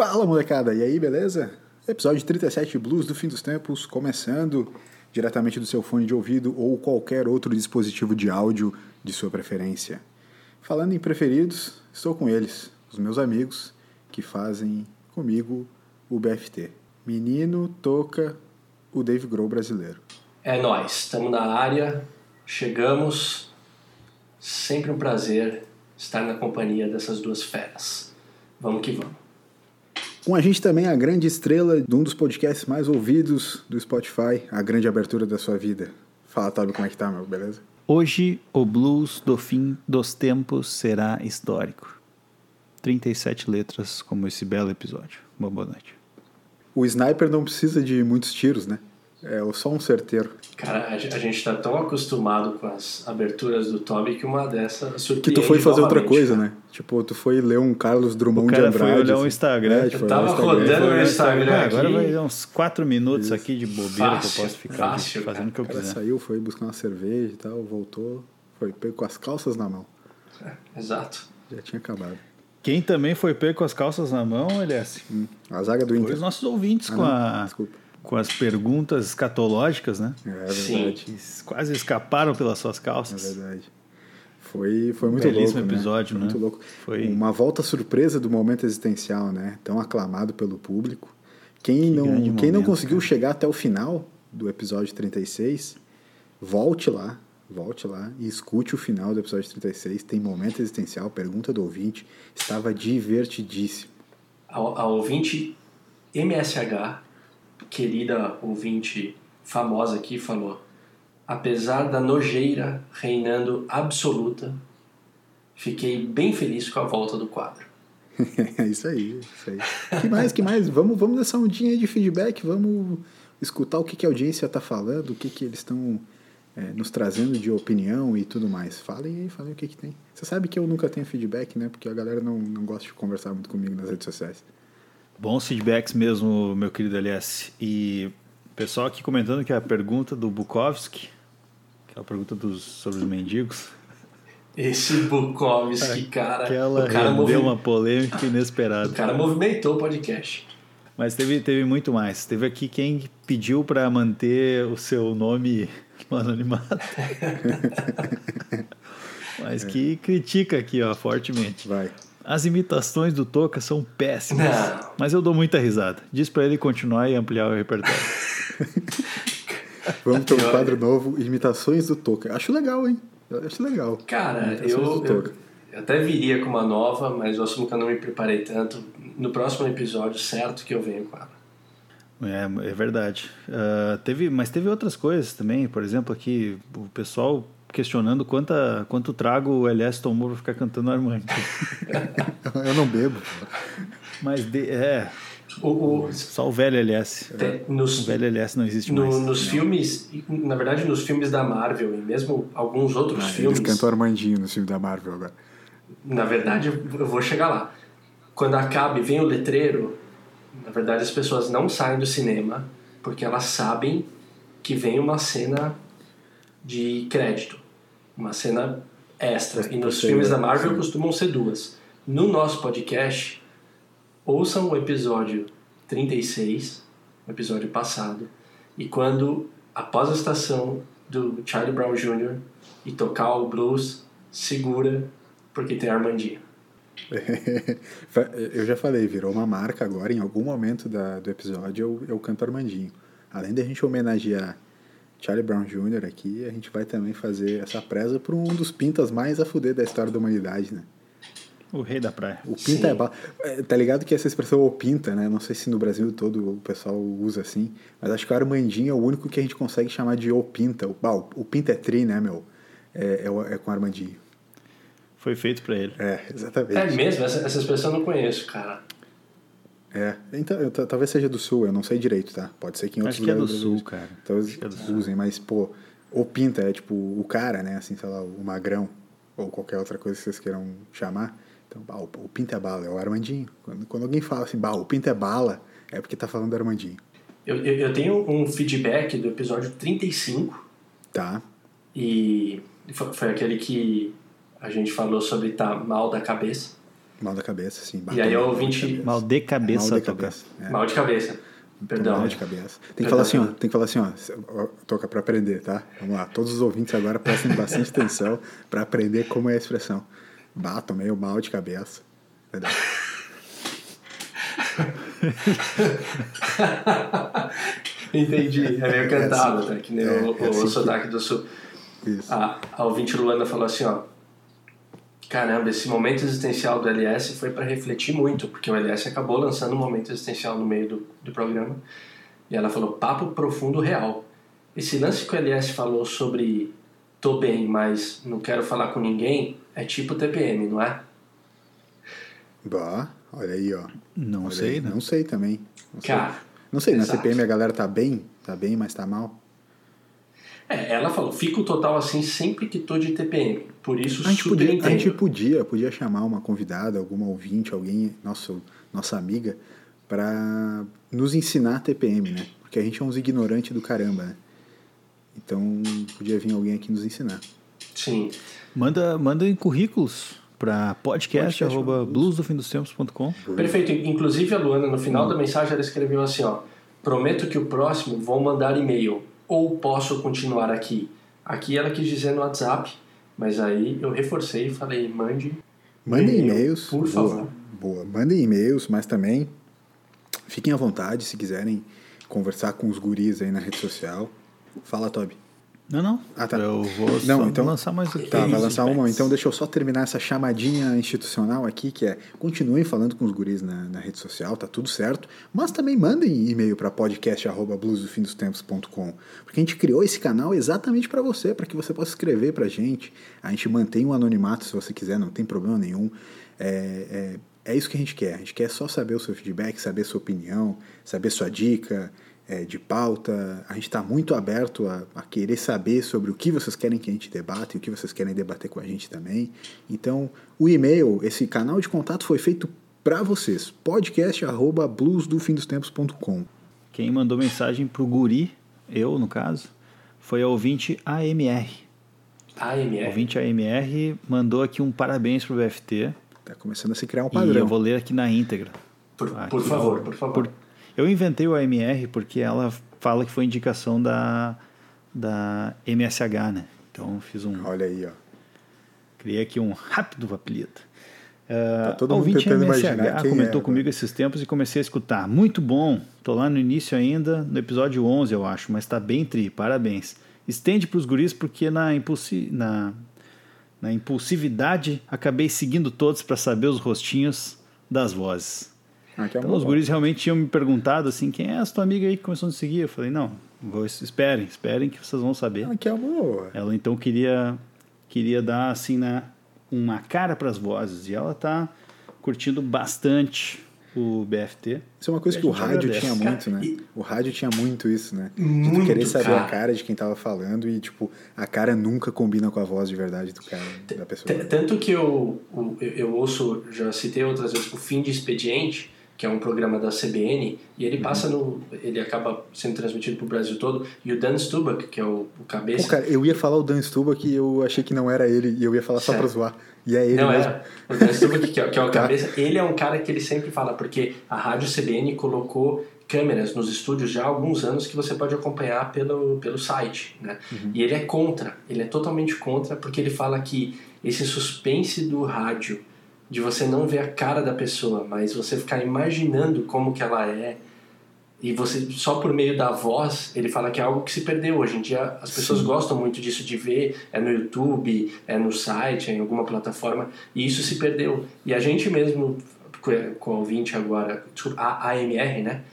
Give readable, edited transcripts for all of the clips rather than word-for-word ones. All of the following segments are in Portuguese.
Fala, molecada! E aí, beleza? Episódio 37 Blues do Fim dos Tempos, começando diretamente do seu fone de ouvido ou qualquer outro dispositivo de áudio de sua preferência. Falando em preferidos, estou com eles, os meus amigos que fazem comigo o BFT. Menino toca o Dave Grohl brasileiro. É nóis, estamos na área, chegamos, sempre um prazer estar na companhia dessas duas feras. Vamos que vamos. Com a gente também a grande estrela de um dos podcasts mais ouvidos do Spotify, a grande abertura da sua vida. Fala, Tábio, como é que tá, meu? Beleza? Hoje, o blues do fim dos tempos será histórico. 37 letras, como esse belo episódio. Boa noite. O sniper não precisa de muitos tiros, né? É só um certeiro. Cara, a gente tá tão acostumado com as aberturas do Toby que uma dessas surpreende. Que tu foi fazer outra coisa, cara. né? Tipo, tu foi ler um Carlos Drummond de Andrade. O cara foi olhar assim. um Instagram. Eu tava rodando o Instagram aqui. Agora vai dar uns 4 minutos Isso. aqui de bobeira Fácil, que eu posso ficar fácil, fazendo o que eu O cara quiser. saiu, foi buscar uma cerveja e tal, voltou, foi pego com as calças na mão. Exato. Já tinha acabado. Quem também foi pego com as calças na mão, LS? A zaga do Foi Inter. os nossos ouvintes Desculpa. com as perguntas escatológicas, né? É Sim. verdade. Que quase escaparam pelas suas É calças. verdade. Foi muito Belíssimo louco, episódio, né? né? Muito louco. Foi- Uma volta surpresa do momento existencial, né? Tão aclamado pelo público. Quem não grande conseguiu momento, chegar até o final do episódio 36, volte lá e escute o final do episódio 36. Tem momento existencial, pergunta do ouvinte. Estava divertidíssimo. A ouvinte MSH, querida ouvinte famosa aqui, falou: apesar da nojeira reinando absoluta, fiquei bem feliz com a volta do quadro. É isso aí. Que mais? Vamos nessa ondinha aí de feedback, vamos escutar o que a audiência está falando, o que eles estão nos trazendo de opinião e tudo mais. Falem aí o que tem. Você sabe que eu nunca tenho feedback, né? Porque a galera não gosta de conversar muito comigo nas redes sociais. Bons feedbacks mesmo, meu querido LS. E o pessoal aqui comentando que a pergunta do Bukowski, que é a pergunta sobre os mendigos, Esse Bukowski, cara. aquela o cara rendeu uma polêmica inesperada. O cara movimentou o podcast. Mas teve muito mais. Teve aqui quem pediu para manter o seu nome no anonimato. Mas que critica aqui, ó, fortemente. Vai. As imitações do Toca são péssimas. Não. Mas eu dou muita risada. Diz para ele continuar e ampliar o repertório. Vamos ter um quadro novo, Imitações do Toca. Acho legal, hein? Eu acho legal. Cara, Imitações do Toca. eu até viria com uma nova, mas eu assumo que eu não me preparei tanto. No próximo episódio, certo que eu venho com ela. É verdade. Mas teve outras coisas também. Por exemplo, aqui o pessoal questionando quanto trago o LS tomou para ficar cantando Armandinho. Eu não bebo. Mas só o velho LS. Nos, O velho LS não existe mais. nos filmes, na verdade, nos filmes da Marvel e mesmo alguns outros filmes, Eles cantam Armandinho no filme da Marvel agora. na verdade, eu vou chegar lá. Quando acaba e vem o letreiro, na verdade, as pessoas não saem do cinema porque elas sabem que vem uma cena de crédito, uma cena extra. E nos filmes da Marvel costumam ser 2. No nosso podcast, ouçam o episódio 36, o episódio passado, e quando, após a estação do Charlie Brown Jr. e tocar o blues, segura, porque tem Armandinho. Eu já falei, virou uma marca agora, em algum momento do episódio eu canto Armandinho. Além da gente homenagear Charlie Brown Jr. aqui, a gente vai também fazer essa presa por um dos pintas mais a fuder da história da humanidade, né? O rei da praia. O pinta é bala. Tá ligado que essa expressão o pinta, né? Não sei se no Brasil todo o pessoal usa assim, mas acho que o Armandinho é o único que a gente consegue chamar de o pinta. O pinta é tri, né, meu? É com o Armandinho. Foi feito pra ele. Exatamente. É mesmo? Essa expressão eu não conheço, cara. Então, talvez seja do Sul, eu não sei direito, tá? Pode ser que em outros Acho que é do lugares Sul, cara. Talvez usem, mas, pô, o pinta é tipo o cara, né? Assim, sei lá, o magrão, ou qualquer outra coisa que vocês queiram chamar. Então, o pinta é bala, é o Armandinho. Quando alguém fala assim, o pinta é bala, é porque tá falando do Armandinho. Eu tenho um feedback do episódio 35. Tá. E foi aquele que a gente falou sobre estar mal da cabeça. Mal da cabeça, sim. E aí o ouvinte... Mal de cabeça, Mal de Toca. cabeça. É. Mal de cabeça. Perdão. Mal de cabeça. Tem que falar assim, ó, Toca, pra aprender, tá? Vamos lá, todos os ouvintes agora prestem bastante atenção pra aprender como é a expressão. Tomei o mal de cabeça. Entendeu? Entendi. É meio cantado, assim, tá? Que nem o sotaque do Sul. Isso. A ouvinte Luana falou assim, ó. Caramba, esse momento existencial do LS foi para refletir muito, porque o LS acabou lançando um momento existencial no meio do programa. E ela falou, papo profundo real. Esse lance que o LS falou sobre tô bem, mas não quero falar com ninguém, é tipo TPM, não é? Bah, olha aí, ó. Não Olha sei, aí. né? Não sei também. Não sei, exato. na TPM a galera tá bem, mas tá mal. Ela falou, fico total assim sempre que tô de TPM, por isso A gente entendo. podia chamar uma convidada, alguma ouvinte, alguém, nossa amiga, pra nos ensinar TPM, né? Porque a gente é uns ignorantes do caramba, né? Então, podia vir alguém aqui nos ensinar. Sim. Manda em currículos para podcast@bluesdofindostempos.com. Perfeito. Inclusive a Luana, no final da mensagem, ela escreveu assim, ó. Prometo que o próximo vou mandar e-mail. Ou posso continuar aqui. Aqui ela quis dizer no WhatsApp, mas aí eu reforcei e falei, mandem e-mails, por favor. Boa. Mandem e-mails, mas também fiquem à vontade se quiserem conversar com os guris aí na rede social. Fala, Toby. Não. Ah, tá. Eu vou lançar mais aqui. Tá, vai lançar uma. Então deixa eu só terminar essa chamadinha institucional aqui, que é continuem falando com os guris na rede social, tá tudo certo. Mas também mandem e-mail para podcast@bluesdofindostempos.com, porque a gente criou esse canal exatamente para você, para que você possa escrever pra gente. A gente mantém o anonimato se você quiser, não tem problema nenhum. É isso que a gente quer. A gente quer só saber o seu feedback, saber sua opinião, saber sua dica de pauta. A gente está muito aberto a querer saber sobre o que vocês querem que a gente debata e o que vocês querem debater com a gente também. Então, o e-mail, esse canal de contato foi feito para vocês. podcast@bluesdofindostempos.com. Quem mandou mensagem pro guri, eu no caso, foi a ouvinte AMR. AMR? O ouvinte AMR mandou aqui um parabéns pro BFT. Tá começando a se criar um padrão. E eu vou ler aqui na íntegra. Por favor. Eu inventei o AMR porque ela fala que foi indicação da MSH, né? Então fiz Olha aí, ó. Criei aqui um rápido apelido. Tá todo o mundo ouvinte tentando MSH imaginar quem comentou comigo esses tempos e comecei a escutar. Muito bom. Tô lá no início ainda, no episódio 11, eu acho, mas tá bem tri. Parabéns. Estende pros guris porque na impulsividade acabei seguindo todos para saber os rostinhos das vozes. Então os guris realmente tinham me perguntado assim, quem é essa tua amiga aí que começou a me seguir? Eu falei, não, esperem que vocês vão saber. Que amor. Ela então queria dar assim uma cara para as vozes e ela tá curtindo bastante o BFT. Isso é uma coisa que o rádio tinha muito, né? O rádio tinha muito isso, né? Muito, de querer saber cara. a cara de quem tava falando e, tipo, a cara nunca combina com a voz de verdade do cara, da pessoa. Tanto que eu ouço, já citei outras vezes, o Fim de Expediente, que é um programa da CBN, e ele passa ele acaba sendo transmitido pro Brasil todo, e o Dan Stubach, que é o cabeça... Pô, cara, eu ia falar o Dan Stubach e eu achei que não era ele, e eu ia falar só pra zoar. E é ele não, mesmo. O Dan Stubach, que é o cabeça, ele é um cara que ele sempre fala, porque a Rádio CBN colocou câmeras nos estúdios já há alguns anos que você pode acompanhar pelo site, né? E ele é totalmente contra, porque ele fala que esse suspense do rádio, de você não ver a cara da pessoa, mas você ficar imaginando como que ela é, e você só por meio da voz, ele fala que é algo que se perdeu. Hoje em dia as pessoas gostam muito disso, de ver, no YouTube, no site, em alguma plataforma, e isso se perdeu. E a gente mesmo, com o ouvinte agora, desculpa, a AMR, né?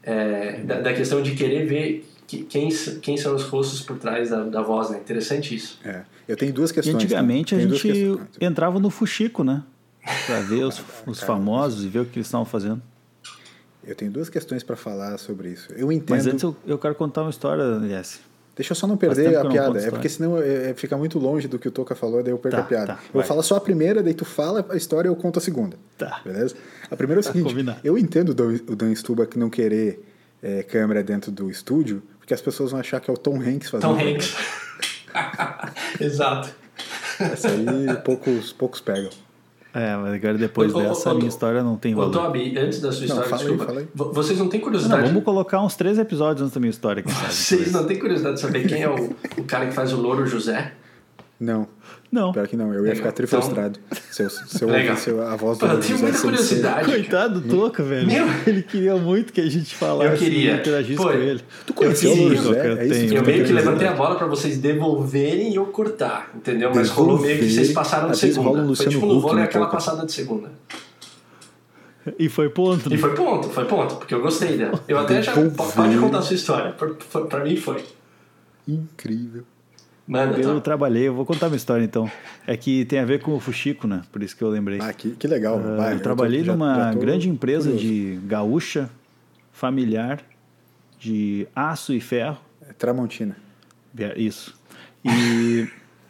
Da questão de querer ver quem são os rostos por trás da voz, né? Interessante isso. Eu tenho duas questões. E antigamente a gente entrava no fuxico, né? Pra ver os famosos e ver o que eles estavam fazendo. Eu tenho duas questões para falar sobre isso. Eu entendo... Mas antes eu quero contar uma história, Jesse. Deixa eu só não perder a piada. Porque senão fica muito longe do que o Toca falou, daí eu perco a piada. Eu vou falar só a primeira, daí tu fala a história e eu conto a segunda. Tá. Beleza? A primeira é o seguinte. Combinado. Eu entendo o Dan Stubach não querer câmera dentro do estúdio, porque as pessoas vão achar que é o Tom Hanks fazendo. Tom Hanks. Exato. Essa aí poucos pegam. Mas agora depois dessa, minha história não tem valor. Tobi, antes da sua história, fala aí. Vocês não têm curiosidade... vamos colocar uns 3 episódios antes da minha história. Vocês não têm curiosidade de saber quem é o cara que faz o Louro José? Não. Pior que não, eu ia ficar trifrustrado. Se eu ouvisse a voz do Louro José... Eu tenho muita curiosidade. Coitado do Toca, velho. Ele queria muito que a gente falasse e interagisse com ele. Tu conheceu o Louro José? Eu meio que levantei a bola pra vocês devolverem e eu cortar, entendeu? Mas rolou meio que vocês passaram de segunda. Foi tipo no vôlei aquela passada de segunda. E foi ponto. Né? E foi ponto, porque eu gostei dela. Eu até já... Pode contar a sua história. Pra mim foi. Incrível. Mano, eu trabalhei, eu vou contar minha história então. É que tem a ver com o Fuxico, né? Por isso que eu lembrei. Que legal. Eu trabalhei numa grande empresa de gaúcha, familiar, de aço e ferro. Tramontina. Isso. E...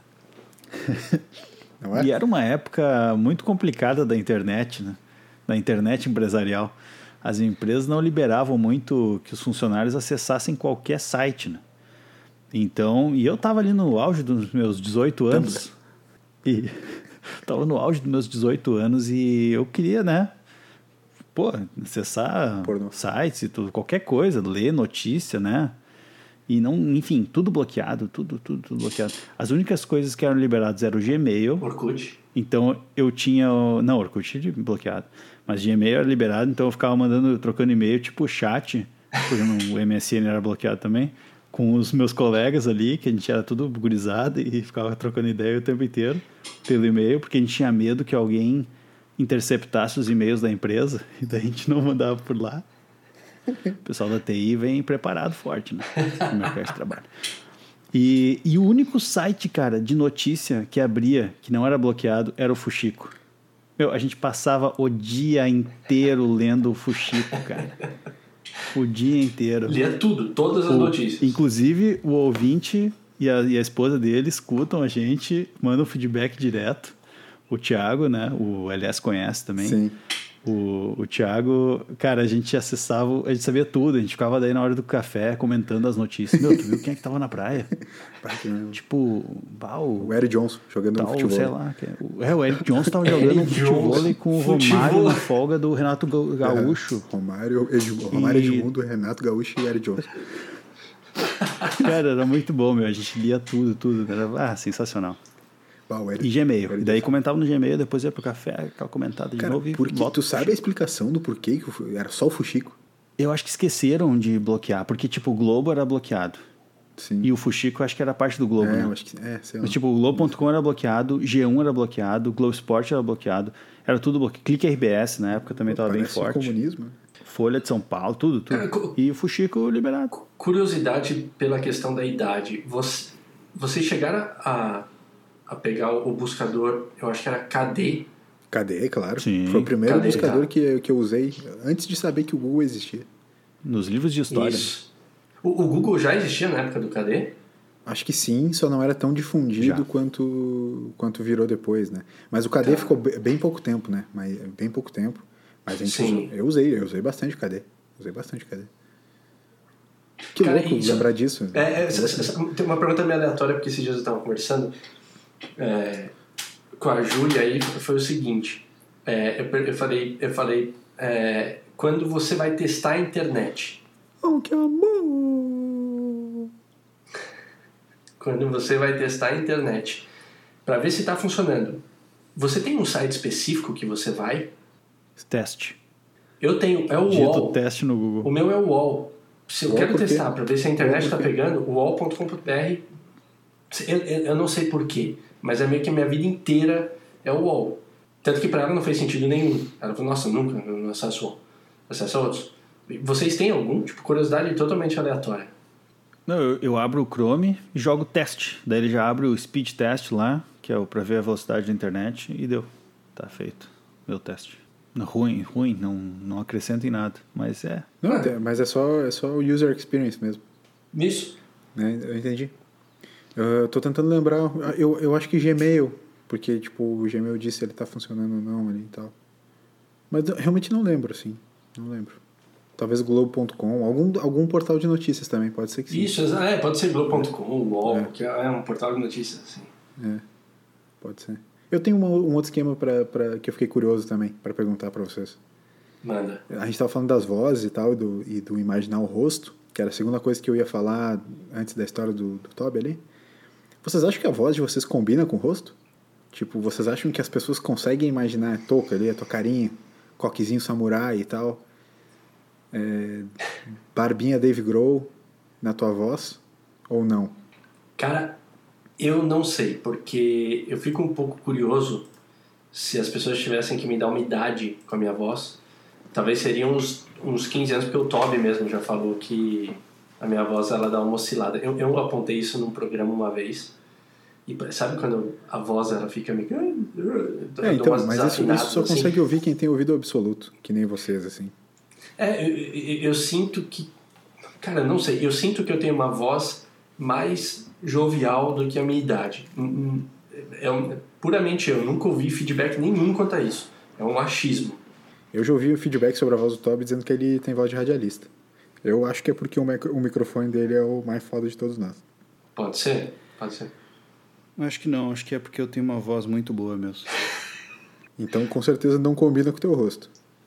Não é? E era uma época muito complicada da internet, né? Da internet empresarial. As empresas não liberavam muito que os funcionários acessassem qualquer site, né? Então, e eu tava ali no auge dos meus 18 anos. Tava no auge dos meus 18 anos e eu queria, né? Acessar sites e tudo, qualquer coisa, ler notícia, né? E não, enfim, tudo bloqueado, tudo bloqueado. As únicas coisas que eram liberadas eram o Gmail. Orkut. Então, eu tinha... Não, Orkut bloqueado. Mas Gmail era liberado, então eu ficava trocando e-mail, tipo chat, porque o MSN era bloqueado também, com os meus colegas ali, que a gente era tudo gurizado e ficava trocando ideia o tempo inteiro pelo e-mail, porque a gente tinha medo que alguém interceptasse os e-mails da empresa e daí a gente não mandava por lá. O pessoal da TI vem preparado forte, né? No mercado de trabalho. E o único site, cara, de notícia que abria, que não era bloqueado, era o Fuxico. A gente passava o dia inteiro lendo o Fuxico, cara. O dia inteiro. Lia tudo, todas as notícias. Inclusive, o ouvinte e a esposa dele escutam a gente, mandam feedback direto. O Thiago, né? O LS conhece também. Sim. O Thiago, cara, a gente acessava, a gente sabia tudo, a gente ficava daí na hora do café comentando as notícias. Meu, tu viu quem é que tava na praia? Tipo, o Eric Johnson jogando no futebol. Sei lá. O Eric Johnson tava jogando no futebol com o Romário na folga do Renato Gaúcho. Romário, Edmundo, Renato Gaúcho e Eric Johnson. Cara, era muito bom, meu. A gente lia tudo. Era sensacional. E Gmail. E daí comentava no Gmail, depois ia pro café, aquela comentada de novo. Porque tu sabe a explicação do porquê que era só o Fuxico? Eu acho que esqueceram de bloquear, porque tipo, o Globo era bloqueado. Sim. E o Fuxico acho que era parte do Globo, né? Eu acho que sei lá. Mas, tipo, o Globo.com era bloqueado, G1 era bloqueado, o Globo Esporte era bloqueado, era tudo bloqueado. Clique RBS na época também estava bem forte. Comunismo. Folha de São Paulo, tudo. E o Fuxico liberado. Curiosidade pela questão da idade. Vocês chegaram a pegar o buscador, eu acho que era KD. KD, claro. Sim. Foi o primeiro buscador que eu usei antes de saber que o Google existia. Nos livros de história. Isso. O Google já existia na época do KD? Acho que sim, só não era tão difundido quanto virou depois, né? Mas o KD ficou bem pouco tempo, né? Bem pouco tempo. Mas a gente usou. Eu usei bastante KD. Que cara, louco lembrar disso. Tem uma pergunta meio aleatória, porque esses dias eu estava conversando com a Júlia aí, foi o seguinte. Eu falei quando você vai testar a internet? Oh, que amor! Quando você vai testar a internet, para ver se está funcionando, você tem um site específico que você vai? Teste. Eu tenho, é o UOL. Teste no Google. O meu é o UOL. Se eu quero testar para ver se a internet está pegando, uol.com.br, eu não sei porquê, mas é meio que a minha vida inteira é o UOL. Tanto que para ela não fez sentido nenhum. Ela falou, nossa, nunca, não acesso UOL. Acesso outros. Vocês têm algum? Tipo, curiosidade totalmente aleatória. Não, eu abro o Chrome e jogo teste. Daí ele já abre o speed test lá, que é para ver a velocidade da internet, e deu. Tá feito. Meu teste. Ruim, não acrescenta em nada, mas Não, mas é só o user experience mesmo. Isso. Eu entendi. Eu tô tentando lembrar, eu acho que Gmail, porque tipo, o Gmail disse se ele tá funcionando ou não ali e tal. Mas eu realmente não lembro, assim. Não lembro. Talvez Globo.com, algum portal de notícias também, pode ser que sim. Isso, pode ser Globo.com, UOL, que é um portal de notícias, assim. Pode ser. Eu tenho um outro esquema que eu fiquei curioso também, para perguntar para vocês. Manda. A gente estava falando das vozes e tal, e do imaginar o rosto, que era a segunda coisa que eu ia falar antes da história do Toby ali. Vocês acham que a voz de vocês combina com o rosto? Tipo, vocês acham que as pessoas conseguem imaginar a touca ali, a tua carinha, coquezinho samurai e tal, barbinha Dave Grohl na tua voz, ou não? Cara, eu não sei, porque eu fico um pouco curioso se as pessoas tivessem que me dar uma idade com a minha voz. Talvez seriam uns 15 anos, porque o Toby mesmo já falou que a minha voz ela dá uma oscilada. Eu apontei isso num programa uma vez. E sabe quando a voz ela fica meio... então, mas isso só consegue assim. Ouvir quem tem ouvido absoluto, que nem vocês, assim. Eu sinto que... Cara, não sei. Eu sinto que eu tenho uma voz mais jovial do que a minha idade. Puramente eu. Nunca ouvi feedback nenhum quanto a isso. É um achismo. Eu já ouvi o feedback sobre a voz do Toby dizendo que ele tem voz de radialista. Eu acho que é porque o microfone dele é o mais foda de todos nós. Pode ser. Acho que não, acho que é porque eu tenho uma voz muito boa mesmo. Então com certeza não combina com o teu rosto.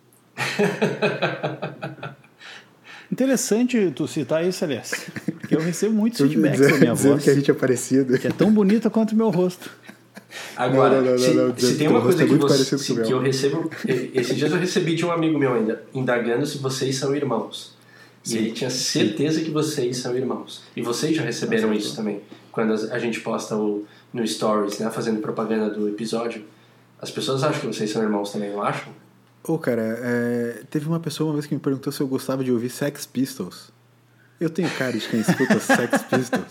Interessante tu citar isso, aliás. Porque eu recebo muitos feedbacks da minha voz. Que a gente é parecido. Que é tão bonita quanto o meu rosto. Agora, se tem uma coisa que eu recebo... Esses dias eu recebi de um amigo meu ainda, indagando se vocês são irmãos. Sim. E ele tinha certeza que vocês são irmãos. E vocês já receberam isso também. Quando a gente posta no Stories, né, fazendo propaganda do episódio, as pessoas acham que vocês são irmãos também, não acham? Cara, teve uma pessoa uma vez que me perguntou se eu gostava de ouvir Sex Pistols. Eu tenho cara de quem escuta Sex Pistols.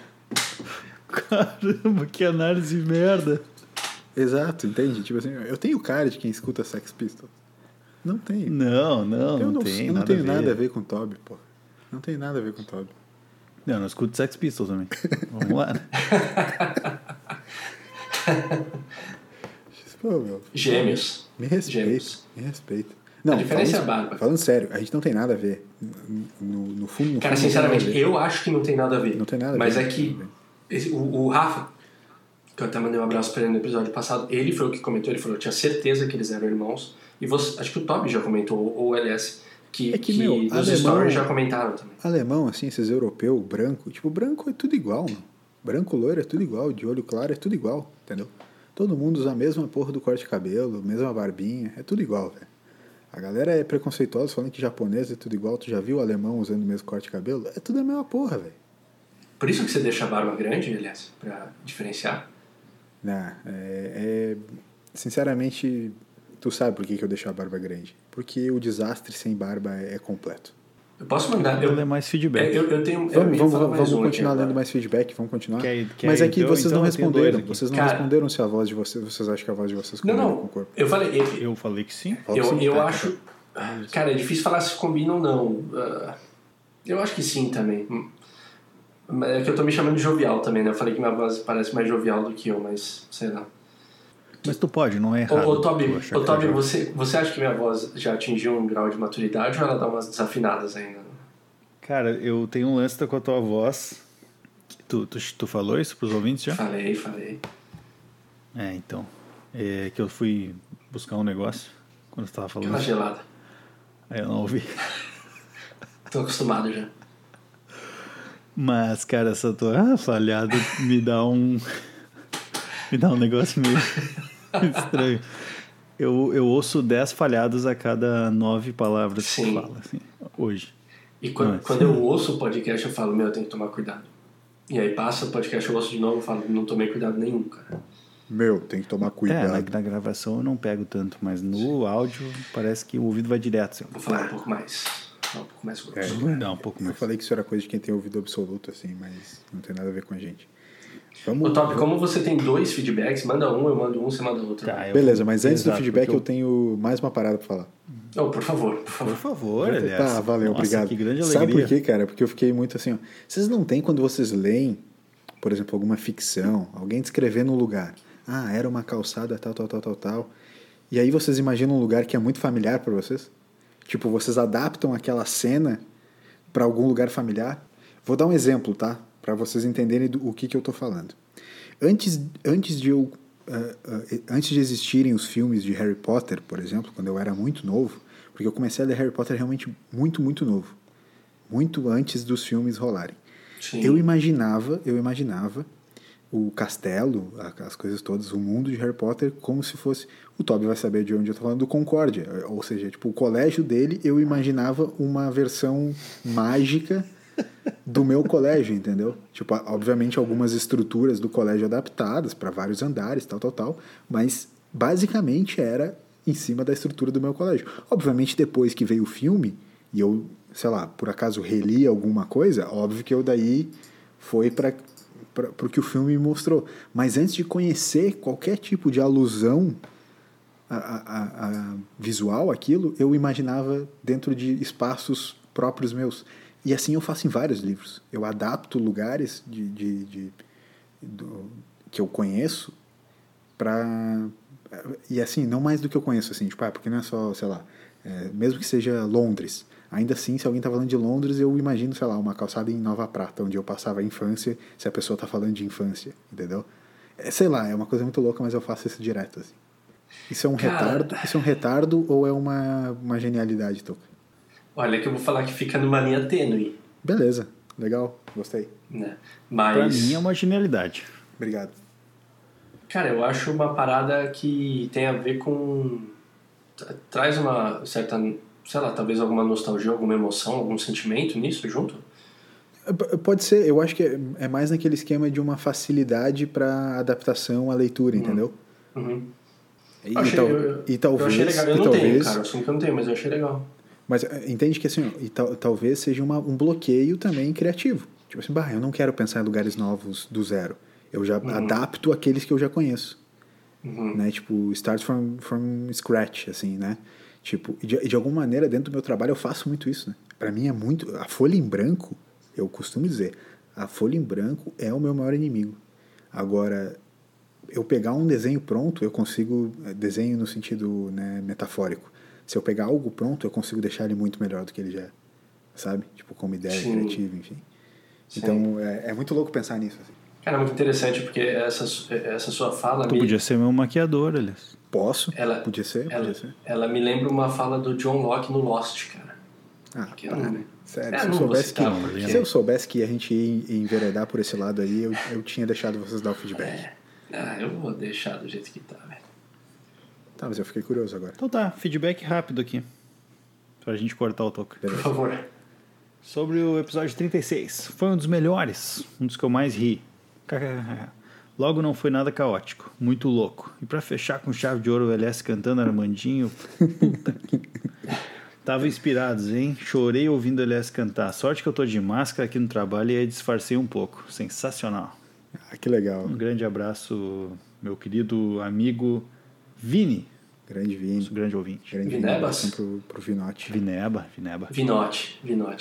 Caramba, que análise merda. Exato, entende? Tipo assim, eu tenho cara de quem escuta Sex Pistols. Não tenho. Não tenho nada a ver com o Toby, pô. Não tem nada a ver com o Toby. Não escuto Sex Pistols também. Vamos lá, né? Pô, meu. Gêmeos. Me respeita. Não, a diferença é a barba. Falando sério, a gente não tem nada a ver. No fundo, cara, sinceramente, eu acho que não tem nada a ver. Não tem nada a ver. Mas é que o Rafa, que eu até mandei um abraço pra ele no episódio passado, ele foi o que comentou, ele falou, eu tinha certeza que eles eram irmãos. E acho que o Toby já comentou, ou o LS, que nos stories já comentaram também. Alemão, assim, esses europeus, branco, tipo, branco é tudo igual, mano. Branco, loiro é tudo igual, de olho claro é tudo igual, entendeu? Todo mundo usa a mesma porra do corte de cabelo, mesma barbinha, é tudo igual, velho. A galera é preconceituosa falando que japonês é tudo igual. Tu já viu o alemão usando o mesmo corte de cabelo? É tudo a mesma porra, velho. Por isso que você deixa a barba grande, aliás, pra diferenciar? Não, sinceramente, tu sabe por que eu deixo a barba grande. Porque o desastre sem barba é completo. Eu posso mandar... Eu ler mais feedback. Vamos continuar lendo mais feedback, vamos continuar. Mas é que vocês não responderam. Vocês não responderam se a voz de vocês acham que a voz de vocês combina com o corpo. Eu falei... Eu falei que sim. Eu acho... Cara, é difícil falar se combina ou não. Eu acho que sim também. É que eu tô me chamando de jovial também, né? Eu falei que minha voz parece mais jovial do que eu, mas sei lá. Mas tu pode, não é errado. Ô Toby, você acha que minha voz já atingiu um grau de maturidade ou ela dá umas desafinadas ainda? Cara, eu tenho um lance com a tua voz. Tu falou isso pros ouvintes já? Falei. Então. É que eu fui buscar um negócio quando você tava falando. Aquela gelada. Aí eu não ouvi. Tô acostumado já. Mas, cara, essa tua falhada me dá um negócio meio estranho. Eu ouço 10 falhadas a cada 9 palavras que tu fala, assim, hoje. E quando eu ouço o podcast, eu falo, eu tenho que tomar cuidado. E aí passa o podcast, eu ouço de novo e falo, não tomei cuidado nenhum, cara. Tem que tomar cuidado. Na gravação eu não pego tanto, mas no áudio parece que o ouvido vai direto. Assim. Vou falar um pouco mais grosso. Um pouco mais. Eu falei que isso era coisa de quem tem ouvido absoluto, assim, mas não tem nada a ver com a gente. Ô, Top, como você tem 2 feedbacks, manda um, eu mando um, você manda outro. Tá, beleza, mas antes do feedback eu tenho mais uma parada pra falar. Por favor. Por favor, aliás. Tá, valeu, nossa, obrigado. Que grande alegria. Sabe por quê, cara? Porque eu fiquei muito assim, ó. Vocês não têm quando vocês leem, por exemplo, alguma ficção, alguém descrevendo um lugar. Era uma calçada tal. E aí vocês imaginam um lugar que é muito familiar pra vocês? Tipo, vocês adaptam aquela cena pra algum lugar familiar? Vou dar um exemplo, tá? Para vocês entenderem o que eu tô falando. Antes de eu antes de existirem os filmes de Harry Potter, por exemplo, quando eu era muito novo, porque eu comecei a ler Harry Potter realmente muito, muito novo. Muito antes dos filmes rolarem. Sim. Eu imaginava o castelo, as coisas todas, o mundo de Harry Potter como se fosse... O Toby vai saber de onde eu tô falando, do Concórdia. Ou seja, tipo, o colégio dele, eu imaginava uma versão mágica do meu colégio, entendeu? Tipo, obviamente algumas estruturas do colégio adaptadas para vários andares, tal, mas basicamente era em cima da estrutura do meu colégio. Obviamente depois que veio o filme, e eu, sei lá, por acaso reli alguma coisa, óbvio que eu daí foi para o que o filme me mostrou. Mas antes de conhecer qualquer tipo de alusão a visual àquilo, eu imaginava dentro de espaços próprios meus. E assim eu faço em vários livros. Eu adapto lugares que eu conheço para... E assim, não mais do que eu conheço, assim, tipo, porque não é só, sei lá, mesmo que seja Londres, ainda assim, se alguém tá falando de Londres, eu imagino, sei lá, uma calçada em Nova Prata, onde eu passava a infância, se a pessoa tá falando de infância, entendeu? Sei lá, é uma coisa muito louca, mas eu faço isso direto, assim. Isso é um retardo? Isso é um retardo ou é uma genialidade, Toca? Olha, que eu vou falar que fica numa linha tênue. Beleza, legal, gostei. Né? Mas... Pra mim é uma genialidade. Obrigado. Cara, eu acho uma parada que tem a ver com... Traz uma certa, sei lá, talvez alguma nostalgia, alguma emoção, algum sentimento nisso junto? Pode ser, eu acho que é mais naquele esquema de uma facilidade para adaptação à leitura, entendeu? Uhum. E talvez... Eu achei legal, eu não tenho, cara, eu assumo que eu não tenho, mas eu achei legal. Mas entende que assim, talvez seja um bloqueio também criativo. Tipo assim, eu não quero pensar em lugares novos do zero. Eu já adapto aqueles que eu já conheço. Né? Tipo, start from scratch, assim, né? Tipo, de alguma maneira, dentro do meu trabalho, eu faço muito isso, né? Pra mim é muito... A folha em branco, eu costumo dizer, a folha em branco é o meu maior inimigo. Agora, eu pegar um desenho pronto, eu consigo... Desenho no sentido, né, metafórico. Se eu pegar algo pronto, eu consigo deixar ele muito melhor do que ele já é. Sabe? Tipo, como ideia criativa, enfim. Sim. Então, é muito louco pensar nisso, assim. Cara, é muito interessante, porque essa sua fala... Tu podia ser meu maquiador, aliás. Posso? Podia ser. Ela me lembra uma fala do John Locke no Lost, cara. Né? Sério, se eu soubesse que a gente ia enveredar por esse lado aí, eu tinha deixado vocês dar o feedback. Eu vou deixar do jeito que tá, velho. Tá, mas eu fiquei curioso agora. Então tá, feedback rápido aqui. Pra gente cortar o toque. Por favor. Sobre o episódio 36. Foi um dos melhores, um dos que eu mais ri. Logo não foi nada caótico, muito louco. E pra fechar com chave de ouro o LS cantando Armandinho. Puta que... Tava inspirados, hein? Chorei ouvindo o LS cantar. Sorte que eu tô de máscara aqui no trabalho e aí disfarcei um pouco. Sensacional. Que legal. Um grande abraço, meu querido amigo Vini. Grande Vini. Nosso grande ouvinte. Grande Vinebas? Pro Vinote. Vineba. Vinote.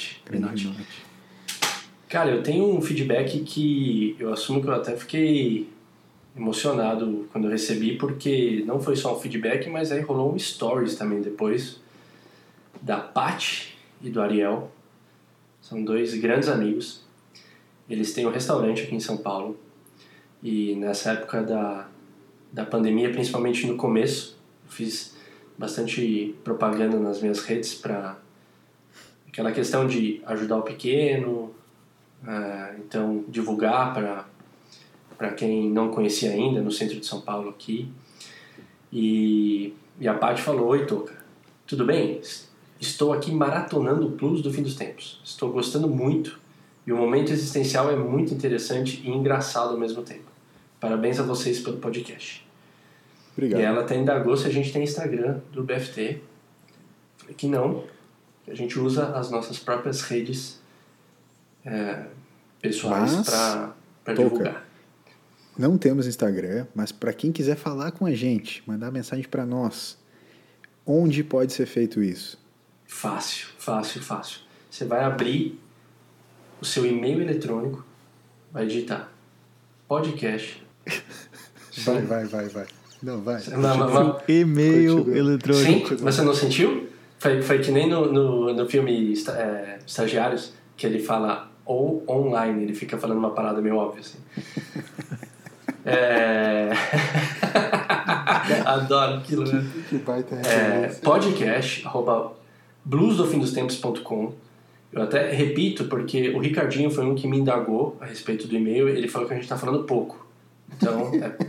Cara, eu tenho um feedback que eu assumo que eu até fiquei emocionado quando eu recebi, porque não foi só um feedback, mas aí rolou um stories também depois, da Paty e do Ariel. São dois grandes amigos. Eles têm um restaurante aqui em São Paulo. E nessa época da pandemia, principalmente no começo, eu fiz bastante propaganda nas minhas redes para aquela questão de ajudar o pequeno, então divulgar para quem não conhecia ainda no centro de São Paulo aqui. E a Paty falou: "Oi, Toca, tudo bem? Estou aqui maratonando o Blues do Fim dos Tempos. Estou gostando muito e o momento existencial é muito interessante e engraçado ao mesmo tempo. Parabéns a vocês pelo podcast." Obrigado. E ela até indagou se a gente tem Instagram do BFT. Falei que não, que a gente usa as nossas próprias redes pessoais para divulgar. Não temos Instagram, mas para quem quiser falar com a gente, mandar mensagem para nós, onde pode ser feito isso? Fácil. Você vai abrir o seu e-mail eletrônico, vai digitar podcast. Vai. Não, vai. E-mail eletrônico. Sim, mas você não sentiu? Foi que nem no filme Estagiários, que ele fala ou online, ele fica falando uma parada meio óbvia assim. Adoro aquilo, né? Que baita podcast@bluesdofindostempos.com. Eu até repito, porque o Ricardinho foi um que me indagou a respeito do e-mail, ele falou que a gente tá falando pouco. Então,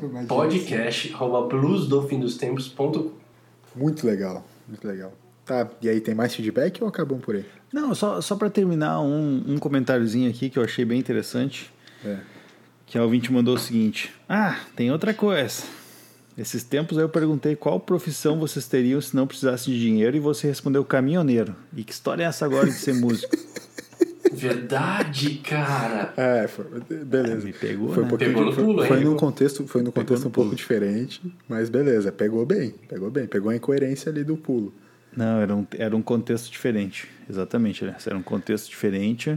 podcast@bluesdofindostempos.com. Muito legal, muito legal. Tá, e aí tem mais feedback ou acabamos por aí? Não, só para terminar, um comentáriozinho aqui que eu achei bem interessante. Que a ouvinte mandou o seguinte: tem outra coisa. Esses tempos eu perguntei qual profissão vocês teriam se não precisassem de dinheiro e você respondeu caminhoneiro. E que história é essa agora de ser músico? Verdade, cara. Beleza. Me pegou, foi né? Pegou no pulo, foi hein? num contexto um pouco diferente, mas beleza, pegou bem. Pegou a incoerência ali do pulo. Não, era um contexto diferente. Exatamente, né? Era um contexto diferente.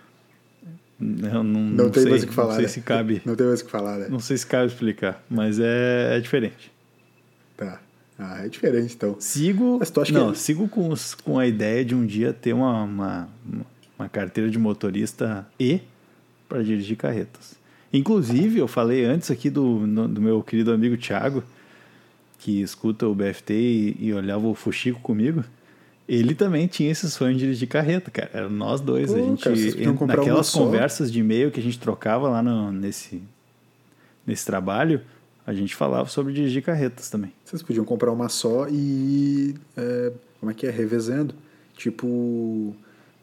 Não tem sei, mais o que falar. Não sei né? se cabe. Não tem mais o que falar, né? Não sei se cabe explicar, mas é diferente. Tá. É diferente, então. Sigo com a ideia de um dia ter uma carteira de motorista para dirigir carretas. Inclusive, eu falei antes aqui do meu querido amigo Thiago, que escuta o BFT e olhava o Fuxico comigo. Ele também tinha esse sonho de dirigir carreta, cara. Eram nós dois. Pô, a gente, cara, naquelas conversas de e-mail que a gente trocava lá nesse trabalho, a gente falava sobre dirigir carretas também. Vocês podiam comprar uma só e como é que é? Revezando. Tipo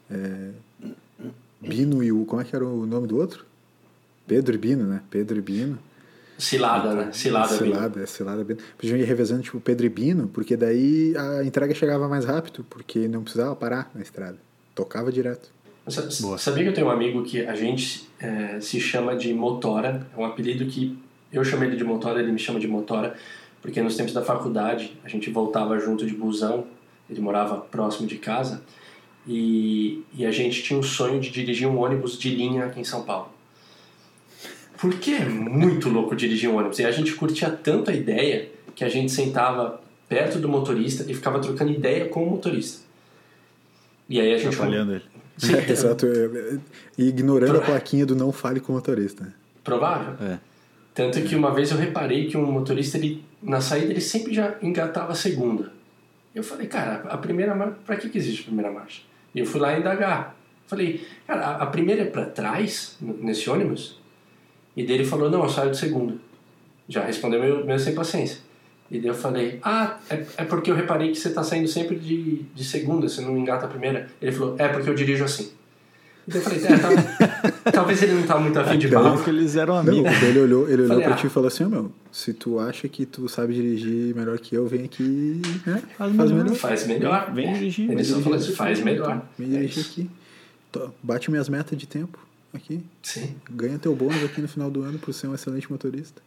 Bino e como é que era o nome do outro? Pedro e Bino, né? Pedro e Bino. Cilada, né? Cilada Bino. Podiam ir revezando tipo Pedro e Bino, porque daí a entrega chegava mais rápido, porque não precisava parar na estrada. Tocava direto. Sabia que eu tenho um amigo que a gente se chama de Motora? É um apelido que eu chamei ele de Motora, ele me chama de Motora, porque nos tempos da faculdade a gente voltava junto de busão, ele morava próximo de casa, e a gente tinha o sonho de dirigir um ônibus de linha aqui em São Paulo. Porque é muito louco dirigir um ônibus. E a gente curtia tanto a ideia que a gente sentava perto do motorista e ficava trocando ideia com o motorista. E aí a gente... Atrapalhando ele. Sim, exato. E ignorando a plaquinha do não fale com o motorista. Provável. Tanto que uma vez eu reparei que um motorista, na saída, ele sempre já engatava a segunda. Eu falei, cara, a primeira marcha... Pra que existe a primeira marcha? E eu fui lá indagar. Falei, cara, a primeira é pra trás, nesse ônibus? E daí ele falou, não, eu saio de segunda. Já respondeu meu sem paciência. E daí eu falei, é porque eu reparei que você tá saindo sempre de segunda, você não engata a primeira. Ele falou, porque eu dirijo assim. E daí eu falei, talvez ele não tá muito afim de papo. Porque eles eram amigos. Não, ele olhou pra ti e falou assim, se tu acha que tu sabe dirigir melhor que eu, vem aqui, né? Faz melhor. Vem dirigir. Ele só falou assim, faz melhor. Vem dirigir aqui. Bate minhas metas de tempo. Aqui. Sim. Ganha teu bônus aqui no final do ano por ser um excelente motorista.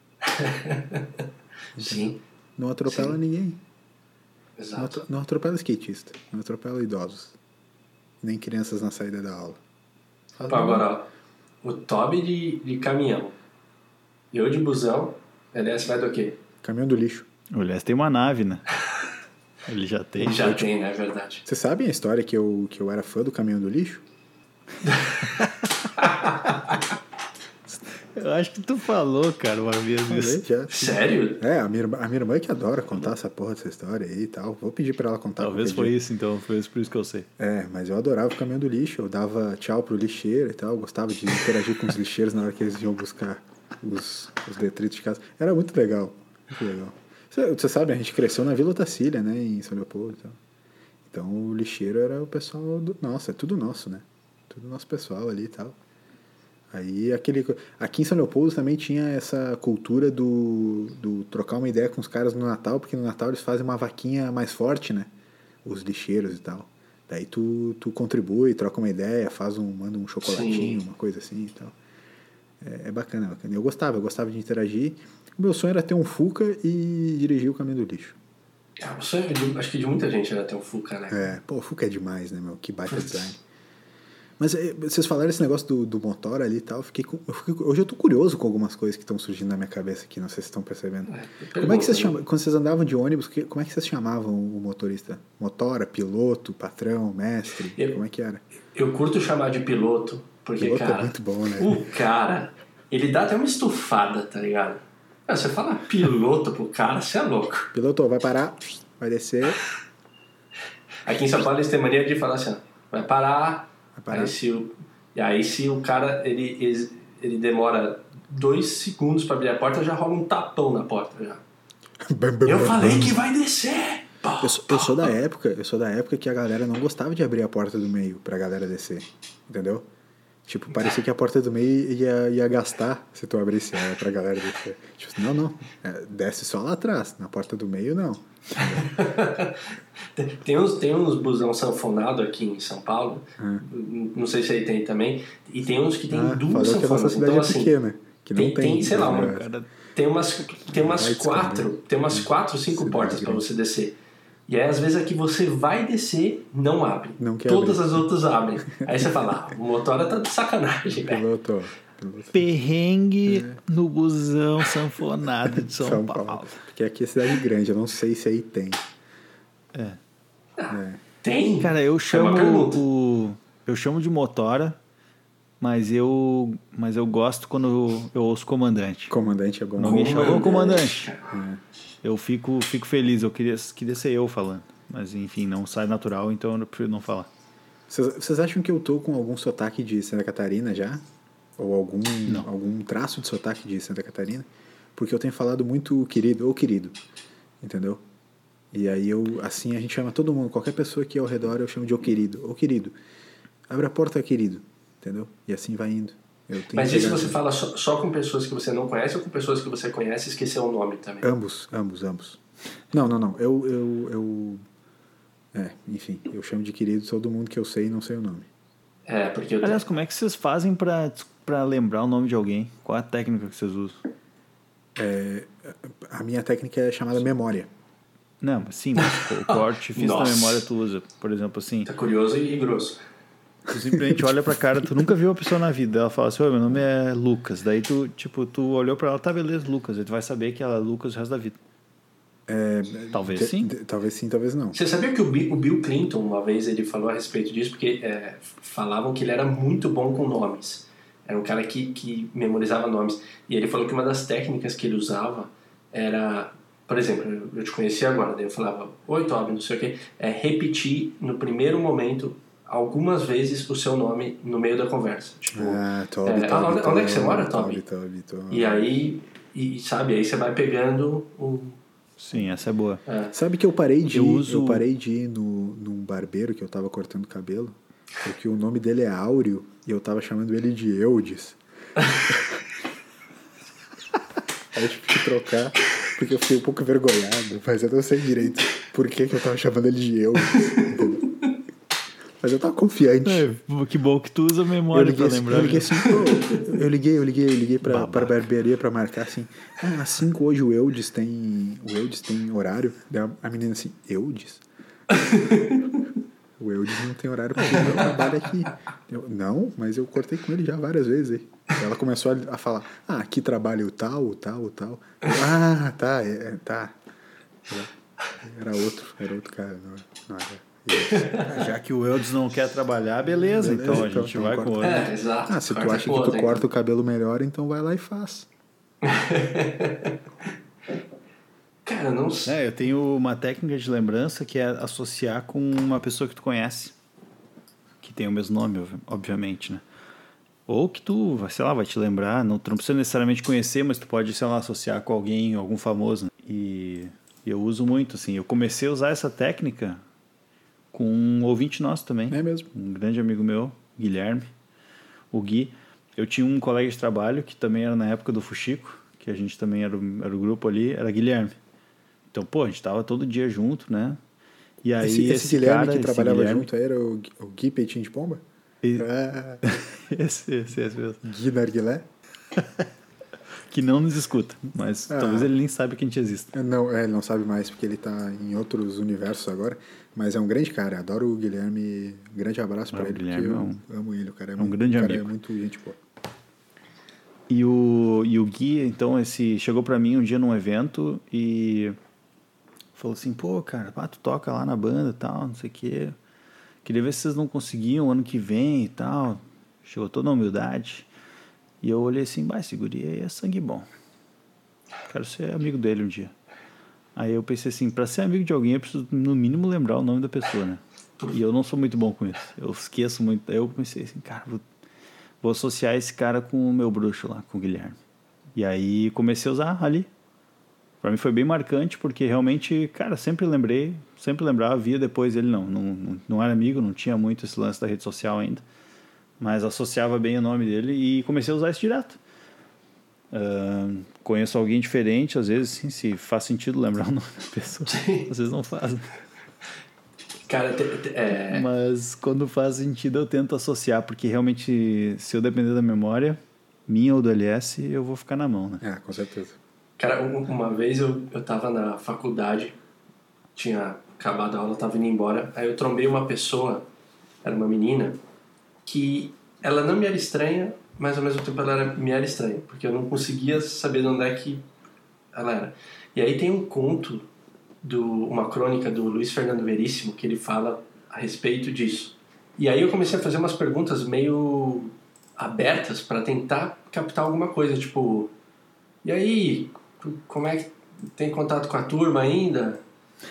Sim. Não atropela ninguém. Exato. Não atropela skatista. Não atropela idosos. Nem crianças na saída da aula. Agora, o Toby de caminhão e eu de busão, LS vai do quê? Caminhão do lixo. O LS tem uma nave, né? Ele já tem. Já tem, né? É verdade. Vocês sabem a história que eu era fã do caminhão do lixo? Eu acho que tu falou, cara, uma vez isso. Sério? A minha irmã que adora contar essa porra dessa história aí e tal. Vou pedir pra ela contar. Talvez foi isso, então. Foi por isso que eu sei. Mas eu adorava o caminhão do lixo. Eu dava tchau pro lixeiro e tal. Eu gostava de interagir com os lixeiros na hora que eles iam buscar os detritos de casa. Era muito legal. Muito legal. Você sabe, a gente cresceu na Vila Otacília, né? Em São Leopoldo e tal. Então o lixeiro era o pessoal do... Nossa, é tudo nosso, né? Tudo nosso pessoal ali e tal. Aí aqui em São Leopoldo também tinha essa cultura do trocar uma ideia com os caras no Natal, porque no Natal eles fazem uma vaquinha mais forte, né? Os lixeiros e tal. Daí tu contribui, troca uma ideia, manda um chocolatinho, uma coisa assim e tal. É bacana, é bacana. Eu gostava de interagir. O meu sonho era ter um Fuca e dirigir o caminhão do lixo. O sonho, acho que de muita gente era ter um Fuca, né? O Fuca é demais, né, meu? Que baita design. Mas vocês falaram esse negócio do motor ali e tal, hoje eu tô curioso com algumas coisas que estão surgindo na minha cabeça aqui, não sei se estão percebendo. Como é que vocês chamavam, quando vocês andavam de ônibus, como é que vocês chamavam o motorista? Motora, piloto, patrão, mestre? Como é que era? Eu curto chamar de piloto, porque, piloto cara, é muito bom, né? O cara, ele dá até uma estufada, tá ligado? Você fala piloto pro cara, você é louco. Piloto, vai parar, vai descer. Aqui em São Paulo eles têm mania de falar assim, ó, vai parar. Aí se o cara ele demora 2 segundos pra abrir a porta, já rola um tapão na porta já. Eu falei que vai descer! Eu sou da época que a galera não gostava de abrir a porta do meio pra galera descer, entendeu? Tipo, parecia que a porta do meio ia gastar se tu abrisse ela pra galera descer. Tipo, não, desce só lá atrás, na porta do meio não. tem uns busão sanfonado aqui em São Paulo, não sei se aí tem também, e tem uns que tem duas sanfonas. Que a nossa cidade é pequena, que não tem sei lá, tem umas 4, 5 portas pra você descer. E aí, às vezes, a que você vai descer, não abre. Todas as outras abrem. Aí você fala, o motora tá de sacanagem, velho. Piloto. Perrengue no busão sanfonado de São Paulo. Porque aqui é cidade grande, eu não sei se aí tem. Tem? Cara, eu chamo de motora, mas eu gosto quando eu ouço comandante. Comandante é bom. Não me chamou comandante. Eu fico feliz, eu queria ser eu falando. Mas enfim, não sai natural, então eu prefiro não falar. Vocês acham que eu tô com algum sotaque de Santa Catarina já? Ou algum traço de sotaque de Santa Catarina? Porque eu tenho falado muito querido ou querido, entendeu? E aí assim a gente chama todo mundo, qualquer pessoa aqui ao redor eu chamo de ô querido. Abre a porta, querido, entendeu? E assim vai indo. Mas isso você fala só com pessoas que você não conhece ou com pessoas que você conhece e esqueceu o nome também? Ambos. Não. Enfim, eu chamo de querido todo mundo que eu sei e não sei o nome. Porque Aliás, como é que vocês fazem pra lembrar o nome de alguém? Qual é a técnica que vocês usam? A minha técnica é chamada memória. Não, sim, mas qual artifício da memória tu usa? Por exemplo, assim... Tá curioso e grosso. Tu simplesmente olha pra cara, tu nunca viu a pessoa na vida, ela fala assim, meu nome é Lucas. Daí tu olhou pra ela, tá, beleza, Lucas. Aí tu vai saber que ela é Lucas o resto da vida. Talvez sim. Talvez sim, talvez não. Você sabia que o Bill Clinton, uma vez, ele falou a respeito disso, porque falavam que ele era muito bom com nomes. Era um cara que memorizava nomes. E ele falou que uma das técnicas que ele usava era... Por exemplo, eu te conheci agora, daí eu falava, oi, Toby, não sei o quê. Repetir no primeiro momento algumas vezes o seu nome no meio da conversa. Tipo, Toby, onde é que você mora, Toby? Toby. E aí, sabe, aí você vai pegando o... Sim, essa é boa. Sabe que eu parei de ir num barbeiro que eu tava cortando cabelo, porque o nome dele é Áureo e eu tava chamando ele de Eudes. Aí eu tive que trocar, porque eu fiquei um pouco envergonhado, mas eu não sei direito por que eu tava chamando ele de Eudes, entendeu? Mas eu tava confiante. Que bom que tu usa a memória pra lembrar. Eu liguei assim, eu liguei pra barbearia pra marcar assim, às 5 hoje o Eudes tem horário. Daí a menina assim, Eudes? O Eudes não tem horário porque ele não trabalha aqui. Não, mas eu cortei com ele já várias vezes aí. Ela começou a falar, aqui trabalha o tal. Tá. Era outro cara, não era. Já que o Eudes não quer trabalhar, beleza, então a gente vai com o outro. Exato. Se tu acha que tu corta o cabelo melhor, então vai lá e faz. Cara, não sei. Eu tenho uma técnica de lembrança que é associar com uma pessoa que tu conhece, que tem o mesmo nome, obviamente, né? Ou que tu, sei lá, vai te lembrar, tu não precisa necessariamente conhecer, mas tu pode, sei lá, associar com alguém, algum famoso. Né? E eu uso muito, assim, eu comecei a usar essa técnica com um ouvinte nosso também. É mesmo? Um grande amigo meu, Guilherme, o Gui. Eu tinha um colega de trabalho que também era na época do Fuxico, que a gente também era o grupo ali, era Guilherme. Então, a gente tava todo dia junto, né? E aí esse Guilherme cara, que trabalhava junto era o Gui Peitinho de Pomba? Esse mesmo. Gui Narguilé? Que não nos escuta, mas talvez ele nem saiba que a gente existe. Não, ele não sabe mais, porque ele tá em outros universos agora, mas é um grande cara, adoro o Guilherme, um grande abraço pra ele, porque eu amo ele, o cara é um grande amigo. É muito gente boa. E o Gui, então, chegou pra mim um dia num evento e falou assim, cara, tu toca lá na banda e tal, não sei o quê, queria ver se vocês não conseguiam ano que vem e tal, chegou toda a humildade. E eu olhei assim, esse guri aí é sangue bom. Quero ser amigo dele um dia. Aí eu pensei assim, pra ser amigo de alguém eu preciso no mínimo lembrar o nome da pessoa, né? E eu não sou muito bom com isso. Eu esqueço muito. Aí eu pensei assim, cara, vou associar esse cara com o meu bruxo lá, com o Guilherme. E aí comecei a usar ali. Pra mim foi bem marcante, porque realmente, cara, sempre lembrava, via depois ele não era amigo, não tinha muito esse lance da rede social ainda, mas associava bem o nome dele e comecei a usar isso direto. Conheço alguém diferente, às vezes, sim, se faz sentido lembrar o nome da pessoa, às vezes não faz. Cara, mas quando faz sentido eu tento associar, porque realmente, se eu depender da memória, minha ou do LS, eu vou ficar na mão, né? Com certeza. Cara, uma vez eu tava na faculdade, tinha acabado a aula, tava indo embora, aí eu trombei uma pessoa, era uma menina, que ela não me era estranha, mas ao mesmo tempo ela me era estranha, porque eu não conseguia saber de onde é que ela era. E aí tem um conto, uma crônica do Luiz Fernando Veríssimo, que ele fala a respeito disso. E aí eu comecei a fazer umas perguntas meio abertas para tentar captar alguma coisa, tipo, e aí, como é que tem contato com a turma ainda?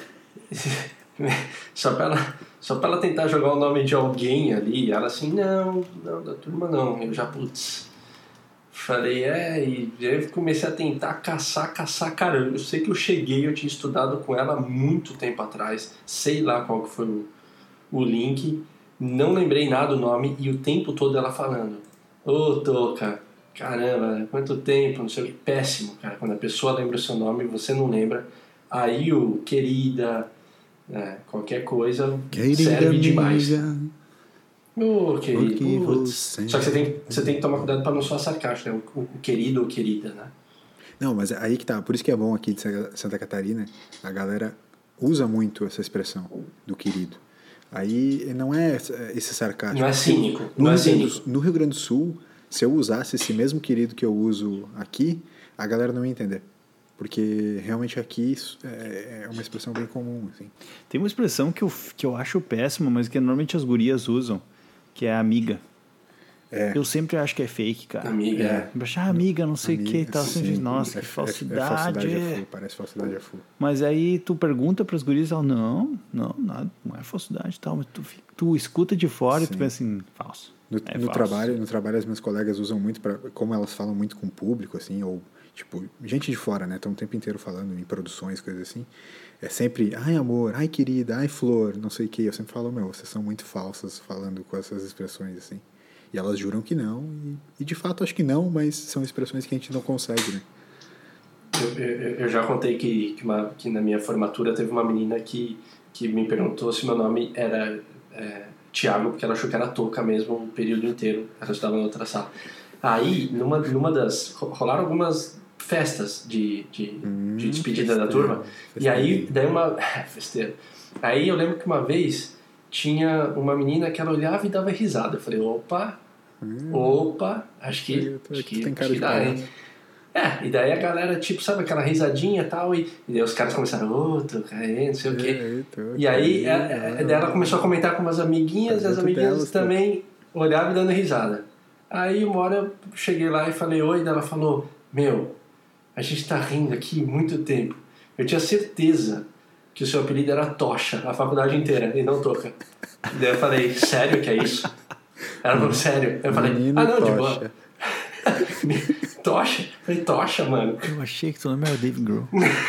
Só pra ela tentar jogar o nome de alguém ali. Ela assim, não, da turma não. Eu já, putz, falei, e aí eu comecei a tentar caçar, cara. Eu sei que eu tinha estudado com ela há muito tempo atrás, sei lá qual que foi o link, não lembrei nada do nome, e o tempo todo ela falando, Toca, caramba, quanto tempo, não sei o que, péssimo, cara, quando a pessoa lembra o seu nome e você não lembra, aí o querida, qualquer coisa querida serve amiga, demais. Querido, putz. Só que você tem que tomar cuidado para não soar sarcástico, né? O querido ou querida, né? Não, mas aí que tá, por isso que é bom aqui de Santa Catarina, a galera usa muito essa expressão do querido. Aí não é esse sarcasmo. Não é cínico. No Rio Grande do Sul, se eu usasse esse mesmo querido que eu uso aqui, a galera não ia entender. Porque realmente aqui é uma expressão bem comum. Assim. Tem uma expressão que eu acho péssima, mas que normalmente as gurias usam, que é amiga. Eu sempre acho que é fake, cara. Amiga. Amiga, não sei o que e tal. Nossa, que falsidade. Parece falsidade a full. Mas aí tu pergunta pras gurias e elas, não, nada, não é falsidade e tal. Mas tu escuta de fora e tu pensa assim, falso. No trabalho as minhas colegas usam muito, como elas falam muito com o público, assim, ou tipo, gente de fora, né? Estão o tempo inteiro falando em produções, coisas assim. É sempre, ai amor, ai querida, ai flor, não sei o que. Eu sempre falo, vocês são muito falsas falando com essas expressões, assim. E elas juram que não, e de fato acho que não, mas são expressões que a gente não consegue, né? Eu já contei que na minha formatura teve uma menina que me perguntou se meu nome era Tiago, porque ela achou que era Toca mesmo o período inteiro. Ela estudava em outra sala. Aí, numa das... rolaram algumas festas de despedida da turma. E aí, festeira. Aí eu lembro que uma vez tinha uma menina que ela olhava e dava risada. Eu falei, opa, acho que tem cara de dá, hein? E daí a galera, tipo, sabe, aquela risadinha e tal, e daí os caras começaram, não sei o quê. E aí daí ela começou a comentar com umas amiguinhas, e as amiguinhas também olhavam e dando risada. Aí uma hora eu cheguei lá e falei, oi, daí ela falou, a gente tá rindo aqui muito tempo. Eu tinha certeza que o seu apelido era Tocha, a faculdade inteira, e não Toca. Daí eu falei, sério que é isso? Ela falou, sério. Eu falei, não, Tocha. de boa. Tocha? Eu falei, Tocha, mano. Eu achei que teu nome era Dave Grohl.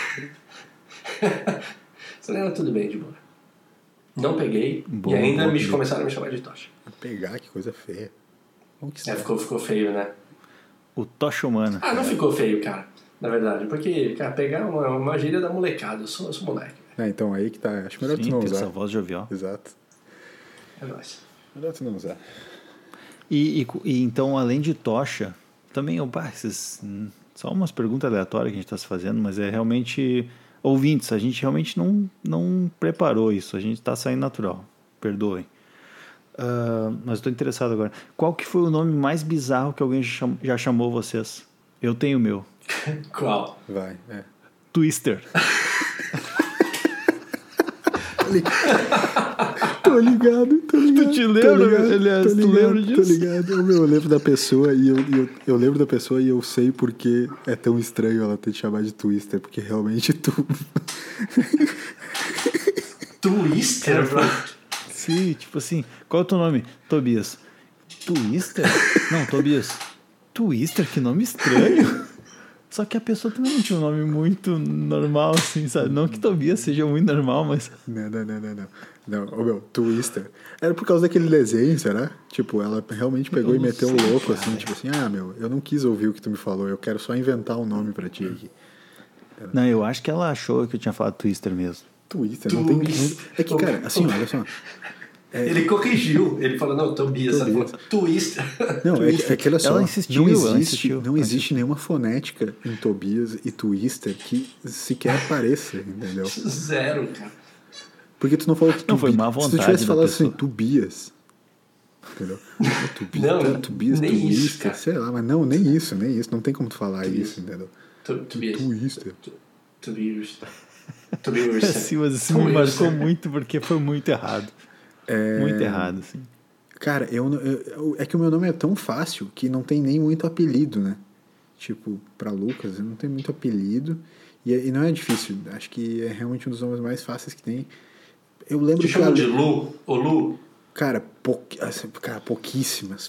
Falei, tudo bem, de boa. Não peguei, e ainda começaram a me chamar de Tocha. Pegar, que coisa feia. Ficou feio, né? O Tocha humano. Não ficou feio, cara. Na verdade, porque, cara, pegar uma gíria da molecada. Eu sou moleque. Então aí que tá. Acho melhor tu não usar. Essa voz jovial. Exato. É nóis. Melhor tu não usar. E então, além de Tocha, também, só umas perguntas aleatórias que a gente está se fazendo, mas é realmente, ouvintes, a gente realmente não preparou isso, a gente está saindo natural, perdoem. Mas estou interessado agora. Qual que foi o nome mais bizarro que alguém já chamou vocês? Eu tenho o meu. Qual? Vai, Twister. Tô ligado. Tu te lembra, aliás? Tu lembra disso? Tô ligado. Eu lembro da pessoa e eu lembro da pessoa e eu sei porque é tão estranho ela ter te chamado de Twister, porque realmente tu... Twister, bro? Sim, tipo assim, qual é o teu nome? Tobias. Twister? Não, Tobias. Twister, que nome estranho. Só que a pessoa também não tinha um nome muito normal, assim, sabe? Não que Tobias seja muito normal, mas... Não, meu, Twister. Era por causa daquele desenho, será? Tipo, ela realmente pegou e meteu um louco, assim, tipo assim, meu, eu não quis ouvir o que tu me falou, eu quero só inventar um nome pra ti aqui. Não, eu acho que ela achou que eu tinha falado Twister mesmo. Twister, não tem... É que, cara, assim, olha só... Ele corrigiu, ele falou, não, Tobias. Ela falou, Twister. Não, é que olha só, ela insistiu, não existe nenhuma fonética em Tobias e Twister que sequer apareça, entendeu? Zero, cara. Porque tu não falou que não foi má vontade. Se tu tivesse falado assim, Tobias, entendeu? Não, Tobias, nem Twister, isso, cara. sei lá, mas não, nem isso, não tem como tu falar isso, entendeu? Twister. Sim, mas isso me marcou muito porque foi muito errado. Muito errado, assim. Cara, é que o meu nome é tão fácil que não tem nem muito apelido, né? Tipo, pra Lucas, não tem muito apelido. E não é difícil. Acho que é realmente um dos nomes mais fáceis que tem. Eu lembro que... Te chamam de Lu? Ou Lu? Cara, pouquíssimas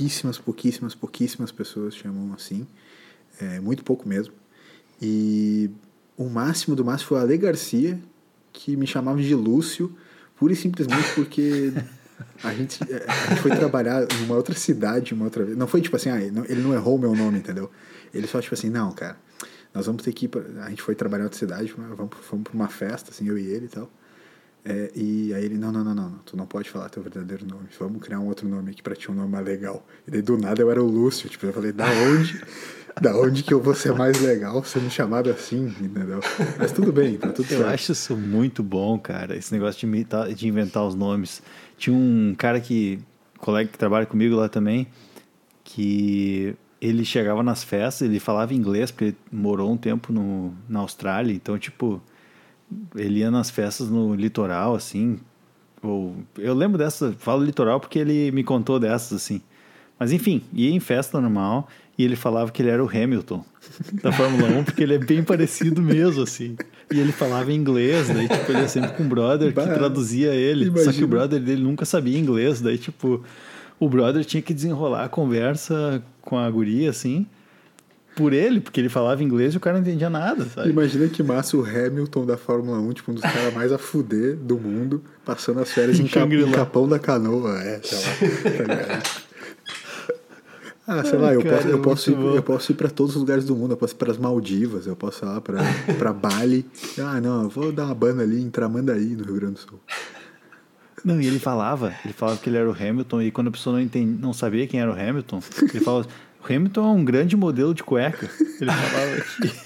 pessoas chamam assim. Muito pouco mesmo. E o máximo do máximo foi o Ale Garcia, que me chamava de Lúcio, pura e simplesmente porque a gente foi trabalhar numa outra cidade uma outra vez. Não foi tipo assim, ele não errou o meu nome, entendeu? Ele só tipo assim, não, cara, nós vamos ter que ir a gente foi trabalhar em outra cidade, fomos pra uma festa, assim, eu e ele e tal. E aí ele, não, tu não pode falar teu verdadeiro nome, vamos criar um outro nome aqui pra ti, um nome mais legal. E daí do nada eu era o Lúcio, tipo, eu falei, da onde que eu vou ser mais legal sendo chamado assim, entendeu? Mas tudo bem, tá tudo certo. Eu acho isso muito bom, cara, esse negócio de inventar os nomes. Tinha um cara colega que trabalha comigo lá também, que ele chegava nas festas, ele falava inglês, porque ele morou um tempo na Austrália, então, tipo, ele ia nas festas no litoral, assim, eu lembro dessa, falo litoral porque ele me contou dessas, assim. Mas enfim, ia em festa normal e ele falava que ele era o Hamilton da Fórmula 1, porque ele é bem parecido mesmo, assim. E ele falava inglês, daí tipo, ele ia sempre com um brother que traduzia ele. Imagina. Só que o brother dele nunca sabia inglês, daí tipo, o brother tinha que desenrolar a conversa com a guria, assim, por ele, porque ele falava inglês e o cara não entendia nada, sabe? Imagina que massa o Hamilton da Fórmula 1, tipo, um dos caras mais a fuder do mundo, passando as férias em Capão da Canoa, sei lá, tá ligado? Sei lá, eu posso ir pra todos os lugares do mundo, eu posso ir pras Maldivas, eu posso ir lá pra Bali. Não, eu vou dar uma banda ali em Tramandaí, no Rio Grande do Sul. Não, e ele falava que ele era o Hamilton, e quando a pessoa não sabia quem era o Hamilton, ele falava, o Hamilton é um grande modelo de cueca. Ele falava aqui.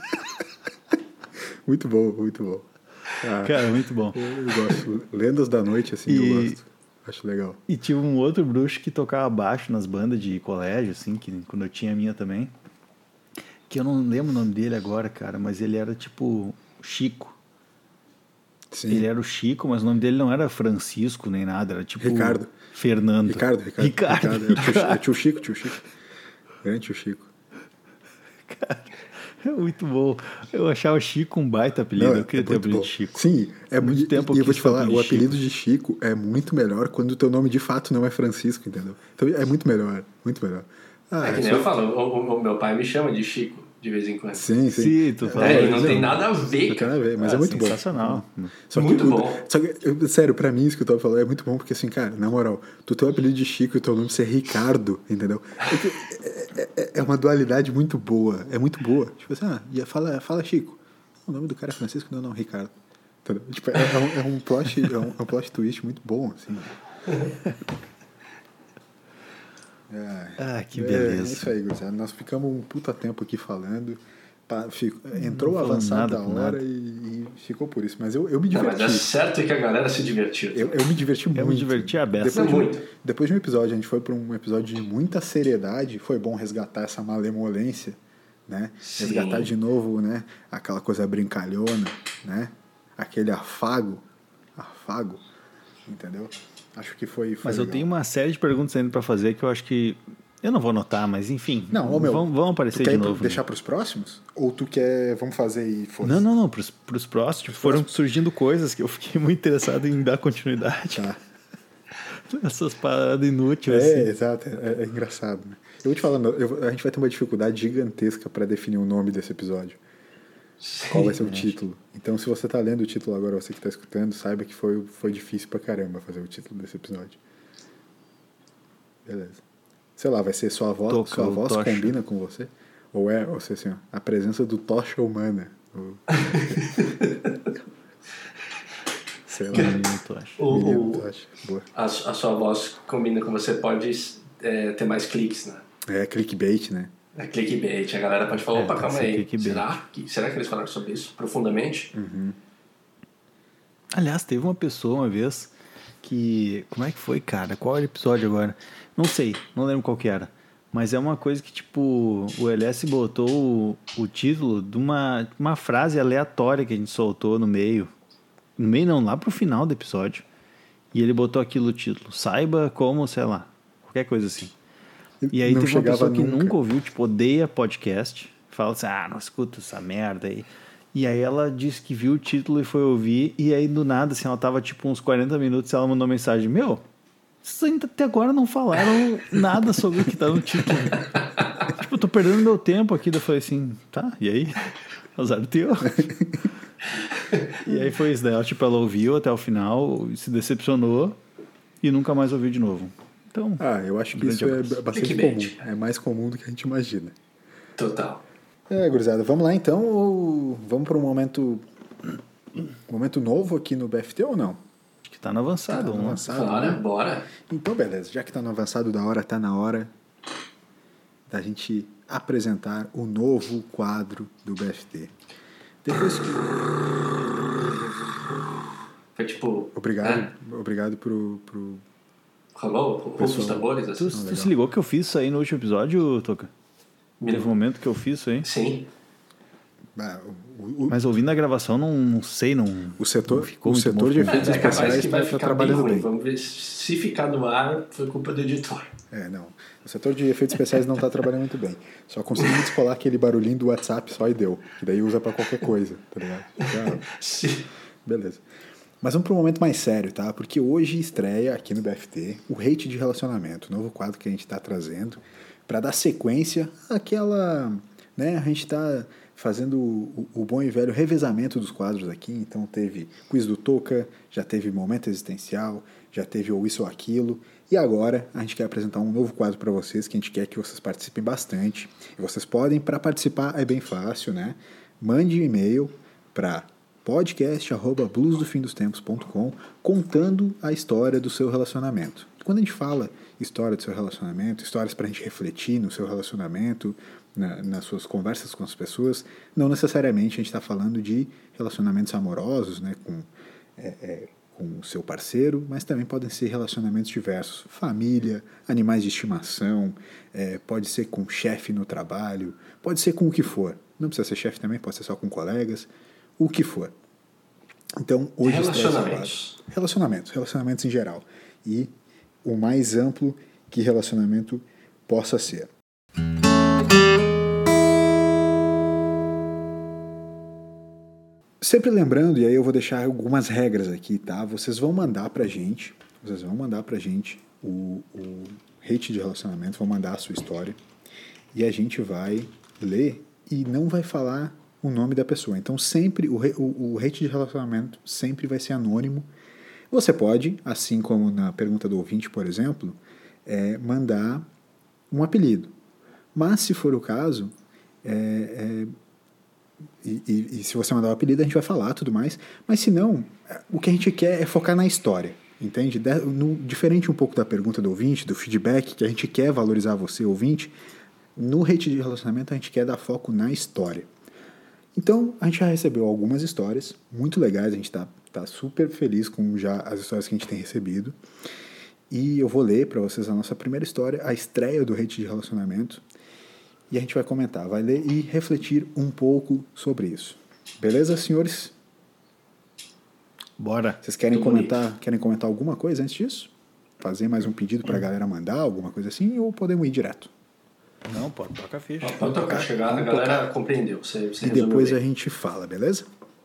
Muito bom, muito bom. Cara, muito bom. Eu gosto. Lendas da noite, assim, eu gosto. Acho legal. E tinha um outro bruxo que tocava baixo nas bandas de colégio, assim, que quando eu tinha a minha também. Que eu não lembro o nome dele agora, cara, mas ele era tipo Chico. Sim. Ele era o Chico, mas o nome dele não era Francisco nem nada, era tipo Ricardo. Fernando. Ricardo. É tio Chico. Grande tio Chico. Cara, é muito bom. Eu achava o Chico um baita apelido. Eu queria ter o apelido de Chico. Sim, é muito tempo. E eu vou te falar, o apelido de Chico é muito melhor quando o teu nome de fato não é Francisco, entendeu? Então é muito melhor, muito melhor. Que nem eu falo, o meu pai me chama de Chico de vez em quando. Sim. Sim, tu fala. Não tem nada a ver, cara. Não tem nada a ver, mas é muito sensacional. Bom. Muito bom. Só que, sério, pra mim, isso que eu tava falando é muito bom, porque assim, cara, na moral, tu tem o apelido de Chico e o teu nome ser Ricardo, entendeu? É uma dualidade muito boa. É muito boa. Tipo assim, fala Chico. O nome do cara é Francisco, não, Ricardo. Entendeu? Tipo, é um plot twist muito bom, assim. Que beleza. É isso aí, gurizada. Nós ficamos um puta tempo aqui falando. Entrou o avançado da hora e ficou por isso. Mas eu me diverti. Mas é certo que a galera se divertiu. Eu me diverti muito. Eu me diverti a beça. Depois de um episódio, a gente foi para um episódio de muita seriedade. Foi bom resgatar essa malemolência, né? Sim. Resgatar de novo, né? Aquela coisa brincalhona, né? Aquele afago. entendeu? Acho que foi Mas legal. eu tenho uma série de perguntas ainda para fazer que eu acho que eu não vou anotar, mas enfim. Não, vão aparecer de novo. Tu quer deixar pros próximos? Ou tu quer... Vamos fazer e foda-se? Não. Pros próximos. Tipo, foram surgindo coisas que eu fiquei muito interessado em dar continuidade. Tá. Essas paradas inúteis, assim. Exato. É engraçado, né? Eu vou te falar, a gente vai ter uma dificuldade gigantesca para definir o nome desse episódio. Qual vai ser o título. Então, se você tá lendo o título agora, você que tá escutando, saiba que foi difícil pra caramba fazer o título desse episódio. Beleza. Sei lá, vai ser sua voz combina com você? Ou seja, assim, ó, a presença do tocha humana. Sei lá. Tocha. Boa. A sua voz combina com você, pode ter mais cliques, né? É clickbait, né? É clickbait. A galera pode falar, opa, calma aí. Será que eles falaram sobre isso profundamente? Uhum. Aliás, teve uma pessoa uma vez que... Como é que foi, cara? Qual era o episódio agora? Não sei, não lembro qual que era. Mas é uma coisa que, tipo, o LS botou o título de uma frase aleatória que a gente soltou no meio. No meio não, lá pro final do episódio. E ele botou aquilo no título. Saiba como, sei lá, qualquer coisa assim. E aí teve uma pessoa que nunca ouviu, tipo, odeia podcast. Fala assim, não escuta essa merda aí. E aí ela disse que viu o título e foi ouvir. E aí, do nada, assim, ela tava, tipo, uns 40 minutos e ela mandou mensagem. Vocês ainda até agora não falaram nada sobre o que tá no título. Tipo, eu tô perdendo meu tempo aqui. Daí eu falei assim, tá, e aí? Azar teu. E aí foi isso, daí ela ouviu até o final, se decepcionou e nunca mais ouviu de novo. Então, eu acho que isso é bastante comum. É mais comum do que a gente imagina. Total. Gurizada, vamos lá então, ou vamos para um momento novo aqui no BFT ou não? Acho que tá no avançado. Bora. Então, beleza. Já que tá no avançado da hora, tá na hora da gente apresentar o novo quadro do BFT. Depois que... Foi tipo... Obrigado pro... Rolou? Os tambores? Assim. Tu se ligou que eu fiz isso aí no último episódio, Toca? Teve um momento que eu fiz isso aí? Sim. Mas ouvindo a gravação, não sei, não... O setor de efeitos especiais está trabalhando bem. Vamos ver se ficar no ar, foi culpa do editor. Não. O setor de efeitos especiais não está trabalhando muito bem. Só consegui descolar aquele barulhinho do WhatsApp só e deu. Que daí usa para qualquer coisa, tá ligado? Sim. Beleza. Mas vamos para um momento mais sério, tá? Porque hoje estreia aqui no BFT o Hate de Relacionamento, novo quadro que a gente está trazendo para dar sequência àquela... né? A gente está fazendo o bom e velho revezamento dos quadros aqui. Então teve Quiz do Toca, já teve Momento Existencial, já teve Ou Isso ou Aquilo. E agora a gente quer apresentar um novo quadro para vocês, que a gente quer que vocês participem bastante. E vocês podem, para participar é bem fácil, né? Mande um e-mail para podcast@bluesdofindostempos.com contando a história do seu relacionamento. Quando a gente fala história do seu relacionamento, histórias para a gente refletir no seu relacionamento, nas suas conversas com as pessoas, não necessariamente a gente está falando de relacionamentos amorosos, né, com o seu parceiro, mas também podem ser relacionamentos diversos, família, animais de estimação, pode ser com chefe no trabalho, pode ser com o que for. Não precisa ser chefe também, pode ser só com colegas, o que for. Então, hoje relacionamentos em geral. E o mais amplo que relacionamento possa ser. Sempre lembrando, e aí eu vou deixar algumas regras aqui, tá? Vocês vão mandar pra gente o hate de relacionamento, vão mandar a sua história, e a gente vai ler e não vai falar o nome da pessoa. Então sempre, o hate de relacionamento sempre vai ser anônimo. Você pode, assim como na pergunta do ouvinte, por exemplo, mandar um apelido. Mas se for o caso, e se você mandar o apelido, a gente vai falar tudo mais. Mas se não, o que a gente quer é focar na história, entende? Diferente um pouco da pergunta do ouvinte, do feedback, que a gente quer valorizar você, ouvinte, no hate de relacionamento a gente quer dar foco na história. Então, a gente já recebeu algumas histórias muito legais, a gente tá super feliz com já as histórias que a gente tem recebido. E eu vou ler para vocês a nossa primeira história, a estreia do hate de relacionamento. E a gente vai comentar, vai ler e refletir um pouco sobre isso. Beleza, senhores? Bora. Vocês querem comentar alguma coisa antes disso? Fazer mais um pedido pra galera mandar, alguma coisa assim, ou podemos ir direto? Não, pode tocar a ficha. Pode tocar, a galera compreendeu. Você e depois a gente fala, beleza?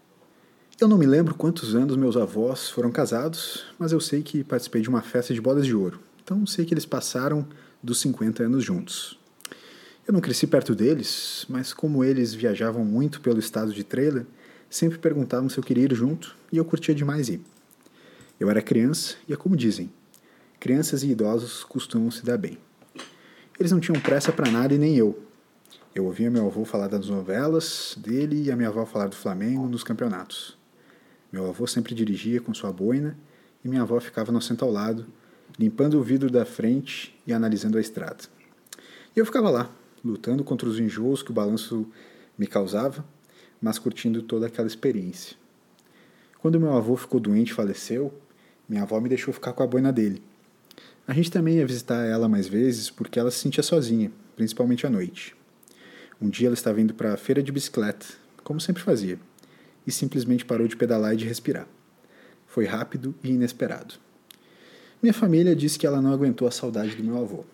Eu não me lembro quantos anos meus avós foram casados, mas eu sei que participei de uma festa de bodas de ouro. Então sei que eles passaram dos 50 anos juntos. Eu não cresci perto deles, mas como eles viajavam muito pelo estado de trailer, sempre perguntavam se eu queria ir junto e eu curtia demais ir. Eu era criança e é como dizem, crianças e idosos costumam se dar bem. Eles não tinham pressa para nada e nem eu. Eu ouvia meu avô falar das novelas dele e a minha avó falar do Flamengo nos campeonatos. Meu avô sempre dirigia com sua boina e minha avó ficava no assento ao lado, limpando o vidro da frente e analisando a estrada. E eu ficava lá, lutando contra os enjoos que o balanço me causava, mas curtindo toda aquela experiência. Quando meu avô ficou doente e faleceu, minha avó me deixou ficar com a boina dele. A gente também ia visitar ela mais vezes porque ela se sentia sozinha, principalmente à noite. Um dia ela estava indo para a feira de bicicleta, como sempre fazia, e simplesmente parou de pedalar e de respirar. Foi rápido e inesperado. Minha família disse que ela não aguentou a saudade do meu avô.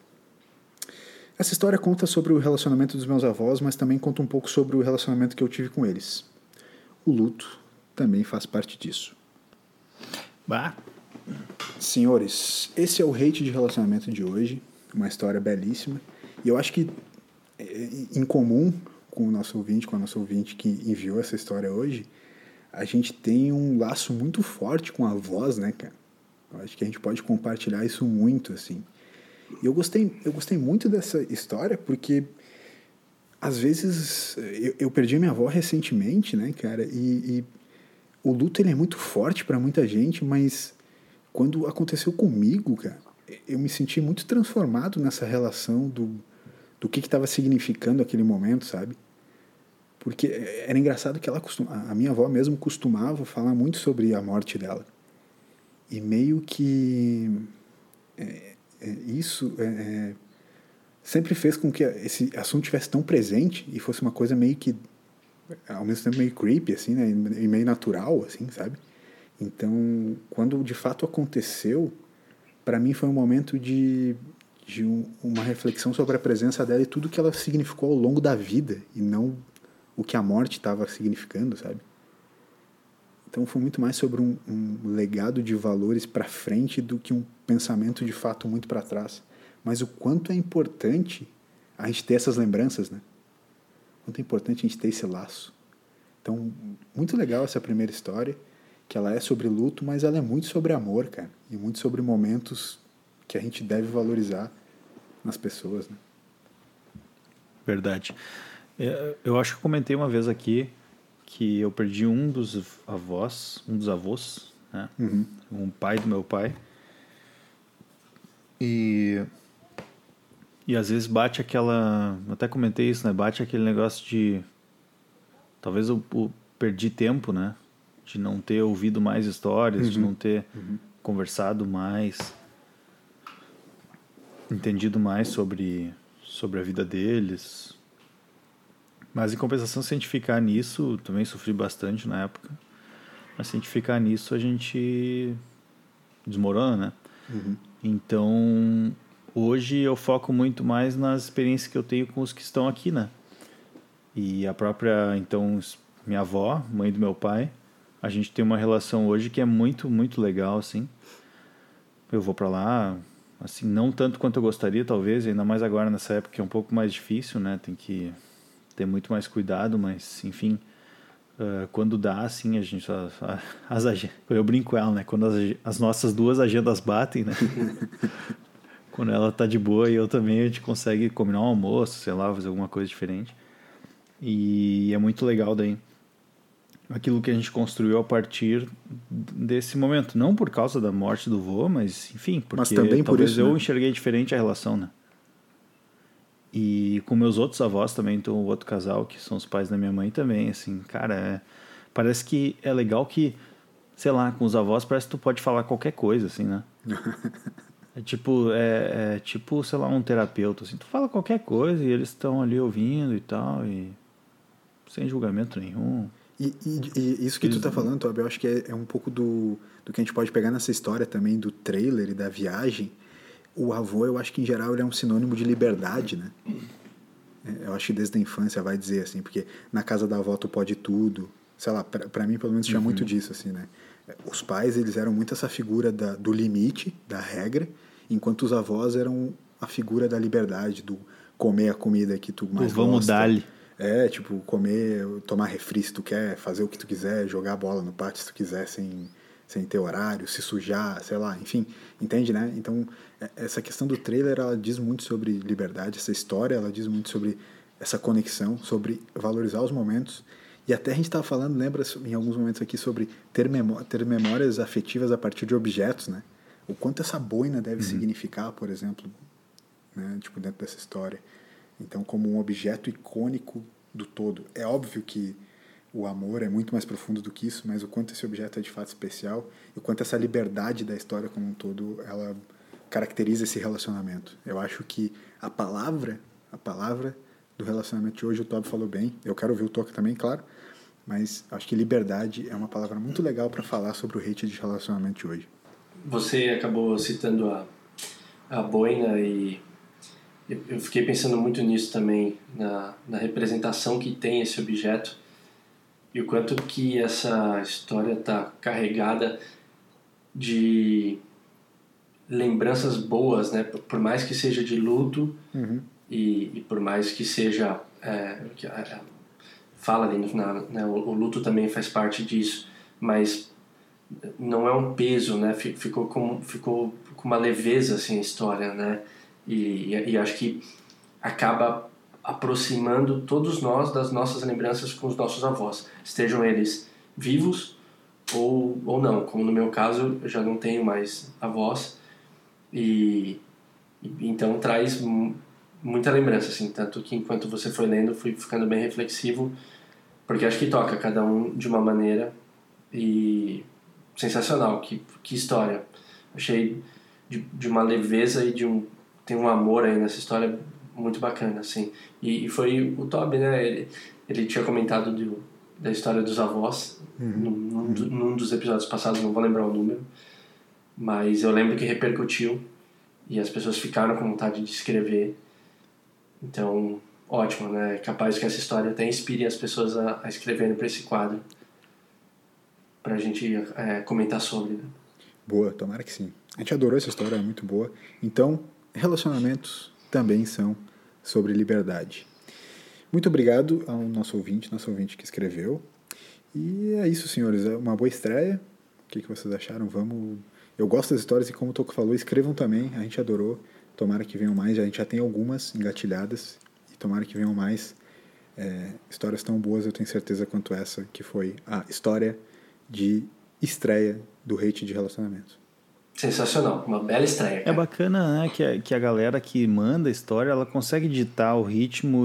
Essa história conta sobre o relacionamento dos meus avós, mas também conta um pouco sobre o relacionamento que eu tive com eles. O luto também faz parte disso. Bah. Senhores, esse é o hate de relacionamento de hoje, uma história belíssima, e eu acho que em comum com o nosso ouvinte, com a nossa ouvinte que enviou essa história hoje, a gente tem um laço muito forte com a voz, né, cara? Eu acho que a gente pode compartilhar isso muito, assim. E eu gostei muito dessa história porque, às vezes, eu perdi minha avó recentemente, né, cara? E o luto, ele é muito forte para muita gente, mas quando aconteceu comigo, cara, eu me senti muito transformado nessa relação do que estava significando aquele momento, sabe? Porque era engraçado que a minha avó mesmo costumava falar muito sobre a morte dela. E meio que isso sempre fez com que esse assunto tivesse tão presente e fosse uma coisa meio que, ao mesmo tempo, meio creepy, assim, né? E meio natural, assim, sabe? Então, quando de fato aconteceu, para mim foi um momento de uma reflexão sobre a presença dela e tudo que ela significou ao longo da vida e não o que a morte estava significando, sabe? Então foi muito mais sobre um legado de valores para frente do que um pensamento de fato muito para trás. Mas o quanto é importante a gente ter essas lembranças, né? O quanto é importante a gente ter esse laço. Então, muito legal essa primeira história, que ela é sobre luto, mas ela é muito sobre amor, cara. E muito sobre momentos que a gente deve valorizar nas pessoas, né? Verdade. Eu acho que eu comentei uma vez aqui que eu perdi um dos avós, né? Uhum. Um pai do meu pai. E às vezes bate aquela... Eu até comentei isso, né? Bate aquele negócio de... Talvez eu perdi tempo, né? De não ter ouvido mais histórias, de não ter conversado mais, entendido mais sobre a vida deles. Mas, em compensação, se a gente ficar nisso, também sofri bastante na época, mas se a gente ficar nisso, a gente desmorona, né? Uhum. Então, hoje eu foco muito mais nas experiências que eu tenho com os que estão aqui, né? E a própria, então, minha avó, mãe do meu pai, a gente tem uma relação hoje que é muito, muito legal, assim. Eu vou pra lá, assim, não tanto quanto eu gostaria, talvez, ainda mais agora nessa época que é um pouco mais difícil, né? Tem que ter muito mais cuidado, mas, enfim, quando dá, assim, a gente... eu brinco com ela, né? Quando as nossas duas agendas batem, né? Quando ela tá de boa e eu também, a gente consegue combinar um almoço, sei lá, fazer alguma coisa diferente. E é muito legal daí aquilo que a gente construiu a partir desse momento. Não por causa da morte do vô, mas, enfim, porque mas também talvez por isso, eu né? enxerguei diferente a relação, né? E com meus outros avós também, então o outro casal, que são os pais da minha mãe também, assim, cara, parece que é legal que, sei lá, com os avós parece que tu pode falar qualquer coisa, assim, né? É tipo, sei lá, um terapeuta, assim, tu fala qualquer coisa e eles estão ali ouvindo e tal, e sem julgamento nenhum. E isso que tu tá falando, Tobi, eu acho que é um pouco do que a gente pode pegar nessa história também do trailer e da viagem. O avô, eu acho que em geral ele é um sinônimo de liberdade, né? Eu acho que desde a infância vai dizer assim, porque na casa da avó tu pode tudo. Sei lá, pra mim pelo menos tinha muito disso, assim, né? Os pais, eles eram muito essa figura do limite, da regra, enquanto os avós eram a figura da liberdade, do comer a comida que tu mais gosta. Vamos dar-lhe. Tipo, comer, tomar refri se tu quer, fazer o que tu quiser, jogar bola no pátio se tu quiser, sem ter horário, se sujar, sei lá, enfim, entende, né? Então, essa questão do trailer, ela diz muito sobre liberdade, essa história, ela diz muito sobre essa conexão, sobre valorizar os momentos. E até a gente estava falando, lembra, em alguns momentos aqui, sobre ter memórias afetivas a partir de objetos, né? O quanto essa boina deve significar, por exemplo, né? Tipo, dentro dessa história. Então, como um objeto icônico do todo. É óbvio que o amor é muito mais profundo do que isso, mas o quanto esse objeto é de fato especial e o quanto essa liberdade da história como um todo, ela caracteriza esse relacionamento. Eu acho que a palavra do relacionamento de hoje, o Tobi falou bem, eu quero ouvir o Toca também, claro, mas acho que liberdade é uma palavra muito legal para falar sobre o hate de relacionamento de hoje. Você acabou citando a boina e eu fiquei pensando muito nisso também, na representação que tem esse objeto e o quanto que essa história está carregada de lembranças boas, né? Por mais que seja de luto e por mais que seja... fala ali no final, né? O luto também faz parte disso, mas não é um peso, né? Ficou com uma leveza assim, a história, né? E acho que acaba aproximando todos nós das nossas lembranças com os nossos avós, estejam eles vivos ou não. Como no meu caso, eu já não tenho mais avós e então traz muita lembrança, assim, tanto que enquanto você foi lendo, fui ficando bem reflexivo, porque acho que toca cada um de uma maneira e sensacional, que história. Achei de uma leveza e tem um amor aí nessa história muito bacana, assim. E foi o Tobi, né? Ele tinha comentado da história dos avós num dos episódios passados, não vou lembrar o número, mas eu lembro que repercutiu e as pessoas ficaram com vontade de escrever. Então, ótimo, né? Capaz que essa história até inspire as pessoas a escreverem para esse quadro, pra gente comentar sobre, né? Boa, tomara que sim. A gente adorou essa história, é muito boa. Então, relacionamentos também são sobre liberdade. Muito obrigado ao nosso ouvinte que escreveu. E é isso, senhores. É uma boa estreia. O que vocês acharam? Eu gosto das histórias e, como o Toco falou, escrevam também. A gente adorou. Tomara que venham mais. A gente já tem algumas engatilhadas. E tomara que venham mais histórias tão boas, eu tenho certeza, quanto essa, que foi a história de estreia do hate de relacionamento. Sensacional, uma bela estreia, cara. É bacana, né, que a galera que manda a história, ela consegue ditar o ritmo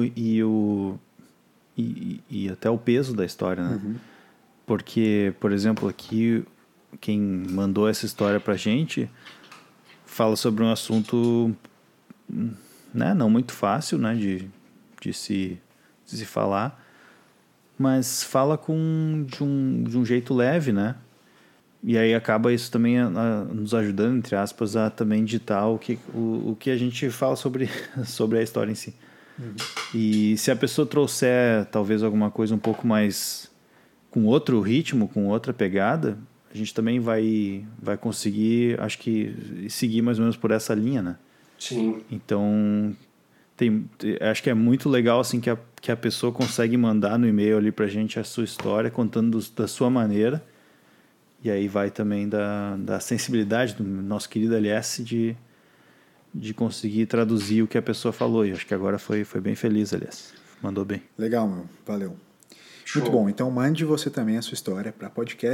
e até o peso da história, né? Porque, por exemplo, aqui quem mandou essa história pra gente fala sobre um assunto, né, não muito fácil, né, de se falar, mas fala de um jeito leve, né? E aí acaba isso também nos ajudando, entre aspas, a também ditar o que a gente fala sobre a história em si. E se a pessoa trouxer talvez alguma coisa um pouco mais com outro ritmo, com outra pegada, a gente também vai conseguir, acho que, seguir mais ou menos por essa linha, né? Sim. Então, acho que é muito legal assim que a pessoa consegue mandar no e-mail ali pra gente a sua história, contando da sua maneira. E aí vai também da sensibilidade do nosso querido LS de conseguir traduzir o que a pessoa falou. E acho que agora foi bem feliz, LS. Mandou bem. Legal, meu. Valeu. Show. Muito bom. Então mande você também a sua história para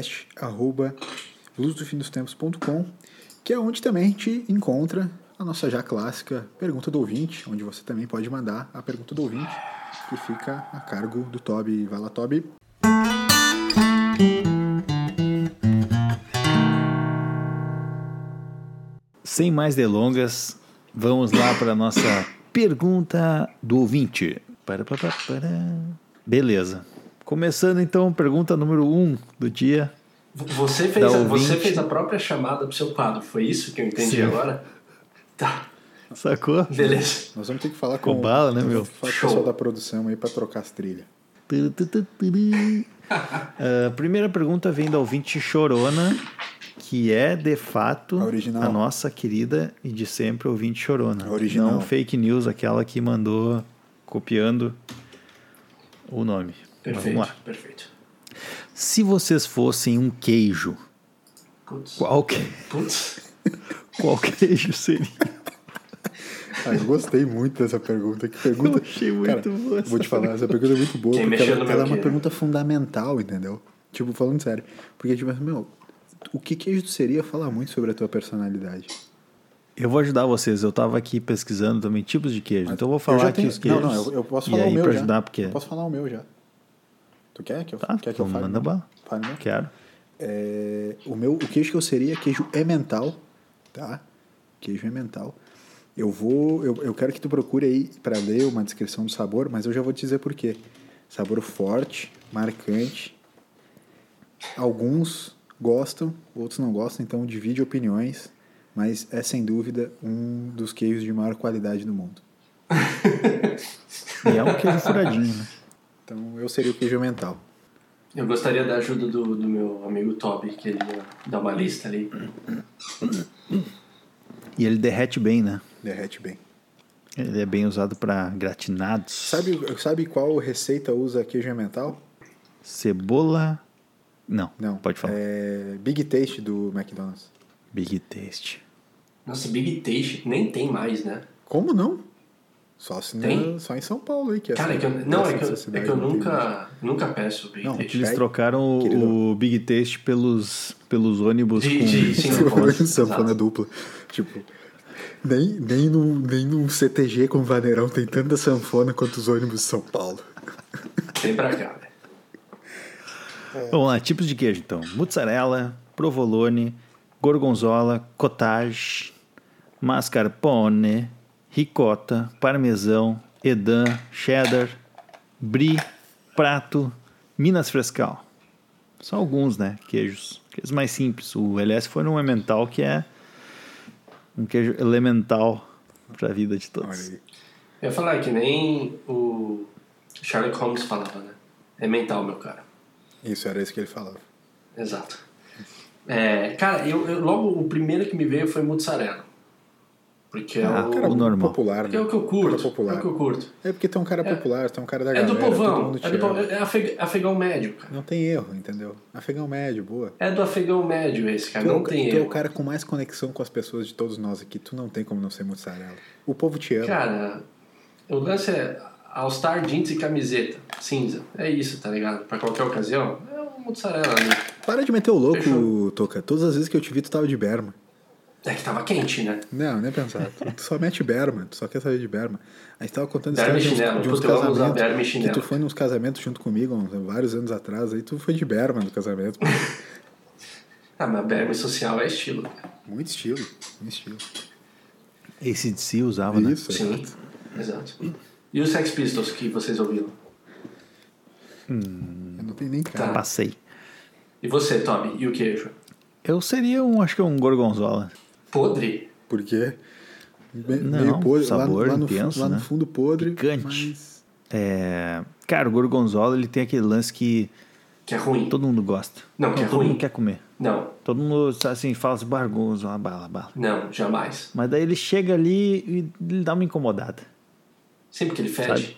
podcast@luzdofindostempos.com, que é onde também a gente encontra a nossa já clássica pergunta do ouvinte, onde você também pode mandar a pergunta do ouvinte, que fica a cargo do Tobi. Vai lá, Tobi. Sem mais delongas, vamos lá para a nossa pergunta do ouvinte. Beleza. Começando então, pergunta número 1 do dia. Você fez a própria chamada pro seu quadro, foi isso que eu entendi. Sim. Agora? Tá. Sacou? Beleza. Nós vamos ter que falar com bala, né, meu? Falar com o pessoal da produção aí pra trocar as trilhas. Primeira pergunta vem da ouvinte Chorona, que é, de fato, a nossa querida e de sempre ouvinte Chorona. Original. Não fake news, aquela que mandou copiando o nome. Perfeito, vamos lá. Perfeito. Se vocês fossem um queijo, qual queijo seria? Eu gostei muito dessa pergunta. Que pergunta? Eu achei muito boa. Vou te falar, essa pergunta é muito boa, porque ela é uma pergunta fundamental, entendeu? Tipo, falando sério. Porque, tipo, o que queijo seria falar muito sobre a tua personalidade? Eu vou ajudar vocês. Eu tava aqui pesquisando também tipos de queijo. Então eu vou falar aqui os queijos. Não, eu posso falar o meu pra já. Ajudar, porque... Eu posso falar o meu já. Tu quer que eu fale? Manda bala. Quero. O queijo que eu seria queijo emmental, tá? Queijo emmental. Eu quero que tu procure aí para ler uma descrição do sabor, mas eu já vou te dizer por quê. Sabor forte, marcante. Alguns gostam, outros não gostam, então divide opiniões, mas é sem dúvida um dos queijos de maior qualidade do mundo. E é um queijo furadinho, né? Então eu seria o queijo emmental. Eu gostaria da ajuda do meu amigo Toby, que ele ia dar uma lista ali. E ele derrete bem, né? Derrete bem. Ele é bem usado para gratinados. Sabe qual receita usa queijo emmental? Cebola... Não, pode falar. Big Taste do McDonald's. Big Taste. Nossa, Big Taste nem tem mais, né? Como não? Só em São Paulo aí. Cara, é que eu nunca peço Big Taste. Eles trocaram o Big Taste pelos ônibus com sanfona dupla. Tipo, nem num CTG com vaneirão tem tanta sanfona quanto os ônibus de São Paulo. Vem pra cá, velho. Vamos lá, tipos de queijo então. Mozzarella, provolone, gorgonzola, cottage, mascarpone, ricota, parmesão, edam, cheddar, brie, prato, Minas Frescal. São alguns, né, queijos mais simples. O LS foi no emmental, que é um queijo elemental para a vida de todos. Eu ia falar que nem o Sherlock Holmes falava, né? É mental, meu cara. Isso, era isso que ele falava. Exato. Cara, logo o primeiro que me veio foi mozzarella. Porque é o normal. Popular, né? É o que eu curto. É o que eu curto. É porque tem um cara popular, tem um cara da galera. É do povão. É afegão médio, cara. Não tem erro, entendeu? Afegão médio, boa. É do afegão médio esse, cara. Não tem erro. Tu é o cara com mais conexão com as pessoas de todos nós aqui. Tu não tem como não ser mozzarella. O povo te ama. Cara, o lance é All-Star jeans e camiseta cinza. É isso, tá ligado? Pra qualquer ocasião, é um mozzarella ali. Para de meter o louco, Fechou. Toca. Todas as vezes que eu te vi, tu tava de berma. É que tava quente, né? Não, nem pensar. Tu só mete berma, tu só quer saber de berma. A gente tava contando histórias de uns casamentos. Que tu foi nos casamentos junto comigo, vários anos atrás, aí tu foi de berma no casamento. Mas berma social é estilo. Muito estilo, muito estilo. AC/DC usava, né? Isso, sim, exato. E os Sex Pistols que vocês ouviram? Eu não tenho nem cara. Tá. Passei. E você, Toby? E o queijo? Eu seria acho que um gorgonzola. Podre? Por quê? Meio podre. Sabor intenso, lá no fundo podre. Picante. Mas... Cara, o gorgonzola, ele tem aquele lance que é ruim. Todo mundo gosta. Não, que é ruim. Todo mundo quer comer. Não. Todo mundo, assim, fala assim, gorgonzola, bala. Não, jamais. Mas daí ele chega ali e ele dá uma incomodada. Sempre que ele fede.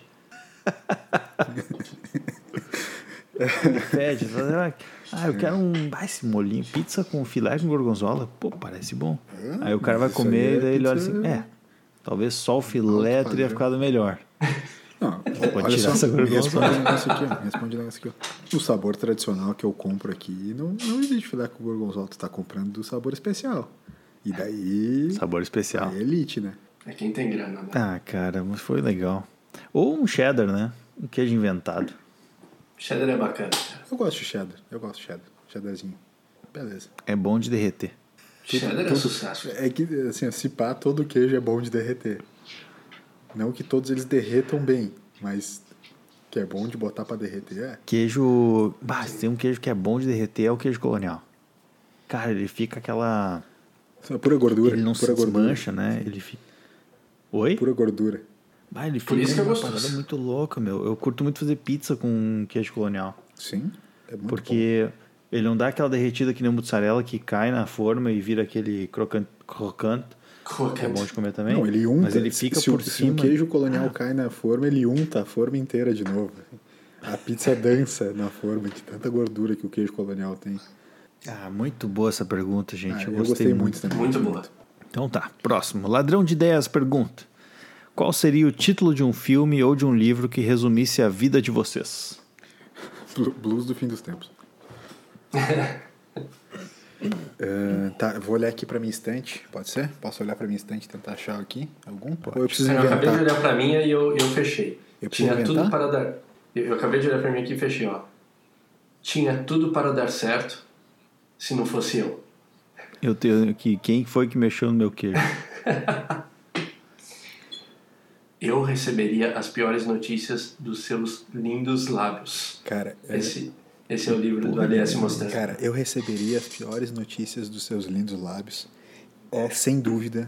Ele fede. Eu quero esse molhinho. Pizza com filé com gorgonzola. Pô, parece bom. Aí o cara vai comer e daí ele olha assim, talvez só o filé teria ficado melhor. Não, pode tirar essa gorgonzola. Responde um negócio aqui. O sabor tradicional que eu compro aqui não existe filé com gorgonzola. Tu tá comprando do sabor especial. E daí... Sabor especial. É elite, né? É quem tem grana, né? Ah, cara, mas foi legal. Ou um cheddar, né? Um queijo inventado. Cheddar é bacana, cara. Eu gosto de cheddar. Cheddarzinho. Beleza. É bom de derreter. Cheddar é sucesso. É que, assim, se pá, todo queijo é bom de derreter. Não que todos eles derretam bem, mas Que é bom de botar pra derreter, é? Queijo... se tem um queijo que é bom de derreter, é o queijo colonial. Cara, ele fica aquela... Pura gordura. Ele não pura se desmancha, né? Ele fica... Oi? Pura gordura. Ele fica uma parada muito louca, meu. Eu curto muito fazer pizza com queijo colonial. Sim, é muito porque bom. Ele não dá aquela derretida que nem o mussarela que cai na forma e vira aquele crocante. É bom de comer também. Não, ele unta. Mas ele fica por cima. Se um queijo colonial cai na forma, ele unta a forma inteira de novo. A pizza dança na forma de tanta gordura que o queijo colonial tem. Muito boa essa pergunta, gente. Eu gostei muito também. Muito boa. Então tá, próximo. Ladrão de Ideias pergunta: qual seria o título de um filme ou de um livro que resumisse a vida de vocês? Blues do Fim dos Tempos. Tá, vou olhar aqui pra minha estante, pode ser? Posso olhar pra minha estante e tentar achar aqui algum? Pode. Ou eu preciso Eu inventar? acabei de olhar pra minha e eu fechei. Tinha tudo para dar... Eu acabei de olhar pra mim aqui e fechei, ó. Tinha tudo para dar certo se não fosse eu. Eu tenho aqui, quem foi que mexeu no meu queijo? Eu receberia as piores notícias dos seus lindos lábios. Cara, esse é o livro do A.S. Mostrando. Cara, eu receberia as piores notícias dos seus lindos lábios. É sem dúvida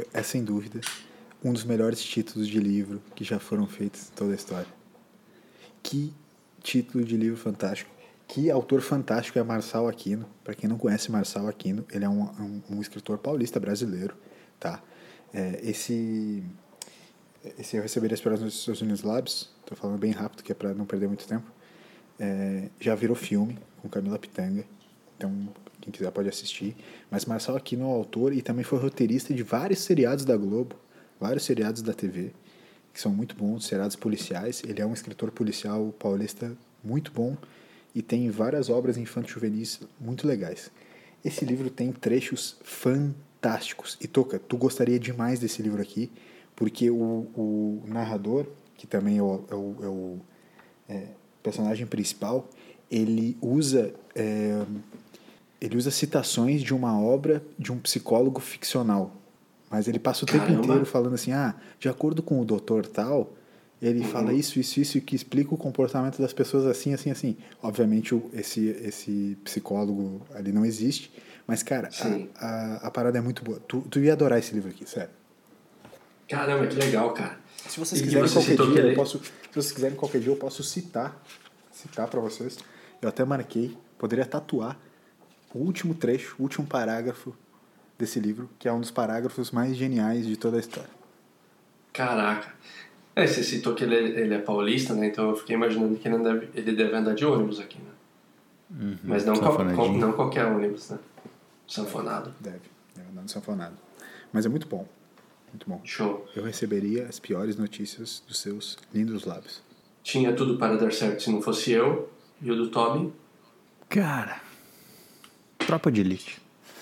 um dos melhores títulos de livro que já foram feitos em toda a história. Que título de livro fantástico. Que autor fantástico é Marçal Aquino. Para quem não conhece Marçal Aquino, ele é um escritor paulista brasileiro, tá? Esse eu receberia as piores notícias dos seus lindos lábios. Tô falando bem rápido, que é para não perder muito tempo. Já virou filme com Camila Pitanga, então quem quiser pode assistir. Mas Marçal Aquino é o autor e também foi roteirista de vários seriados da Globo, vários seriados da TV, que são muito bons, seriados policiais. Ele é um escritor policial paulista muito bom e tem várias obras infanto-juvenis muito legais. Esse livro tem trechos fantásticos. E Toca, tu gostaria demais desse livro aqui, porque o narrador, que também é o personagem principal, ele usa citações de uma obra de um psicólogo ficcional, mas ele passa o tempo inteiro falando assim, de acordo com o doutor tal, ele fala isso, e que explica o comportamento das pessoas assim, assim, assim. Obviamente esse psicólogo ali não existe, mas cara, a parada é muito boa. Tu ia adorar esse livro aqui, sério. Caramba, que legal, cara. Se vocês quiserem qualquer dia eu posso citar para vocês. Eu até marquei, poderia tatuar o último trecho, o último parágrafo desse livro, que é um dos parágrafos mais geniais de toda a história. Caraca. Você citou que ele é paulista, né? Então eu fiquei imaginando que ele deve andar de ônibus aqui, né? Mas não qualquer ônibus, né? Sanfonado. Deve andar no sanfonado. Mas é muito bom. Muito bom. Show. Eu receberia as piores notícias dos seus lindos lábios. Tinha tudo para dar certo se não fosse eu. E o do Toby? Cara, Tropa de Elite.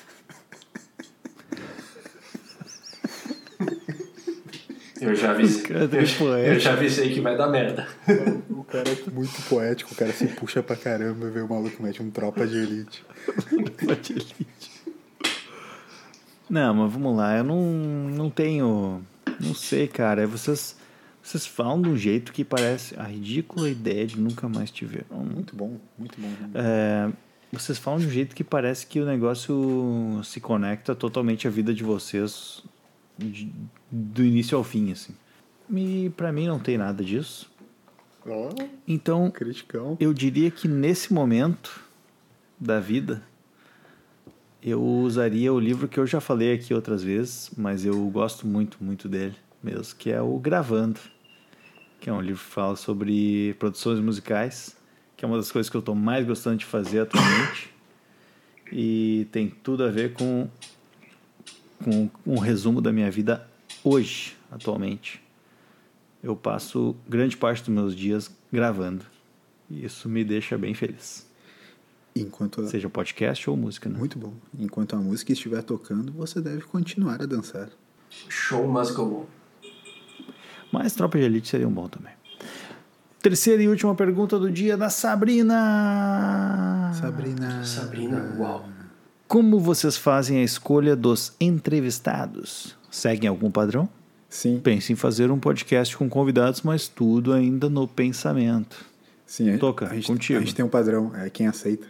Eu já avisei que vai dar merda. O cara é muito poético, o cara se puxa pra caramba e vê o maluco mete um Tropa de Elite. Tropa de Elite. Não, mas vamos lá, eu não tenho... Não sei, cara, vocês falam de um jeito que parece a ridícula ideia de nunca mais te ver. Muito bom, muito bom. Vocês falam de um jeito que parece que o negócio se conecta totalmente à vida de vocês do início ao fim, assim. E pra mim não tem nada disso. Então, criticão. Eu diria que nesse momento da vida eu usaria o livro que eu já falei aqui outras vezes, mas eu gosto muito, muito dele mesmo, que é o Gravando, que é um livro que fala sobre produções musicais, que é uma das coisas que eu estou mais gostando de fazer atualmente, e tem tudo a ver com um resumo da minha vida hoje, atualmente. Eu passo grande parte dos meus dias gravando, e isso me deixa bem feliz. Seja podcast ou música, né? Muito bom. Enquanto a música estiver tocando, você deve continuar a dançar. Show must go on. Mas Tropa de Elite seria um bom também. Terceira e última pergunta do dia da Sabrina. Sabrina, uau. Como vocês fazem a escolha dos entrevistados? Seguem algum padrão? Sim. Penso em fazer um podcast com convidados, mas tudo ainda no pensamento. Sim, Toca, contigo. A gente tem um padrão, é quem aceita.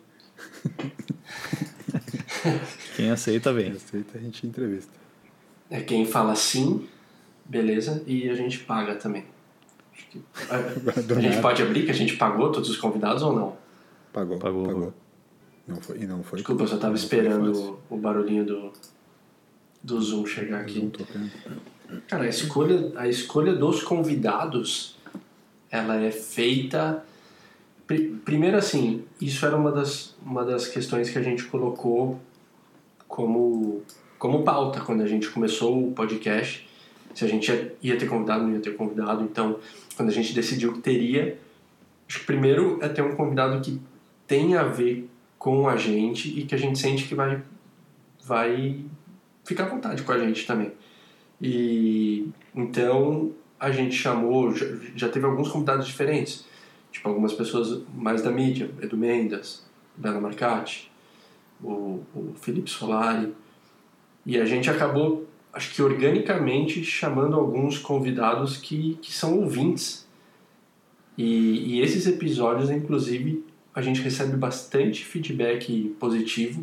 Quem aceita, vem. Quem aceita, a gente entrevista. É quem fala sim, beleza, e a gente paga também. A gente pode abrir que a gente pagou todos os convidados ou não? Pagou. Não foi. Desculpa, eu só tava esperando o barulhinho do Zoom chegar aqui. Cara, a escolha dos convidados, ela é feita... Primeiro, assim, isso era uma das questões que a gente colocou como pauta quando a gente começou o podcast. Se a gente ia ter convidado, não ia ter convidado. Então, quando a gente decidiu que teria, acho que primeiro é ter um convidado que tenha a ver com a gente e que a gente sente que vai ficar à vontade com a gente também. E então a gente chamou, já teve alguns convidados diferentes, tipo algumas pessoas mais da mídia, Edu Mendes, Bela Marcati, o Felipe Solari, e a gente acabou, acho que organicamente, chamando alguns convidados que são ouvintes. E esses episódios, inclusive, a gente recebe bastante feedback positivo.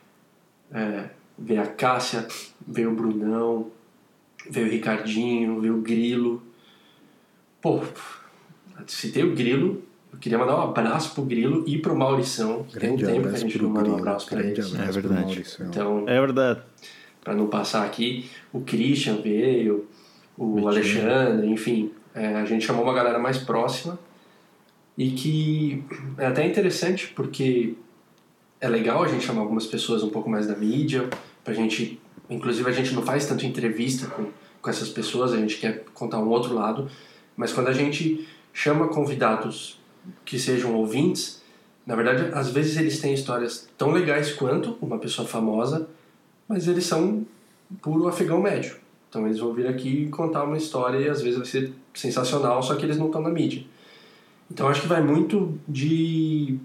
Veio a Cássia, veio o Brunão, veio o Ricardinho, veio o Grilo. Pô, citei o Grilo, eu queria mandar um abraço pro Grilo e pro Maurição, que tem um tempo que a gente não manda um abraço pra eles. É verdade. Então, é verdade. Pra não passar aqui, o Christian veio, o Alexandre, enfim, a gente chamou uma galera mais próxima e que é até interessante porque é legal a gente chamar algumas pessoas um pouco mais da mídia, pra gente, inclusive a gente não faz tanto entrevista com essas pessoas, a gente quer contar um outro lado, mas quando a gente chama convidados que sejam ouvintes, na verdade, às vezes eles têm histórias tão legais quanto uma pessoa famosa, mas eles são puro afegão médio. Então eles vão vir aqui contar uma história e às vezes vai ser sensacional, só que eles não estão na mídia. Então acho que vai muito de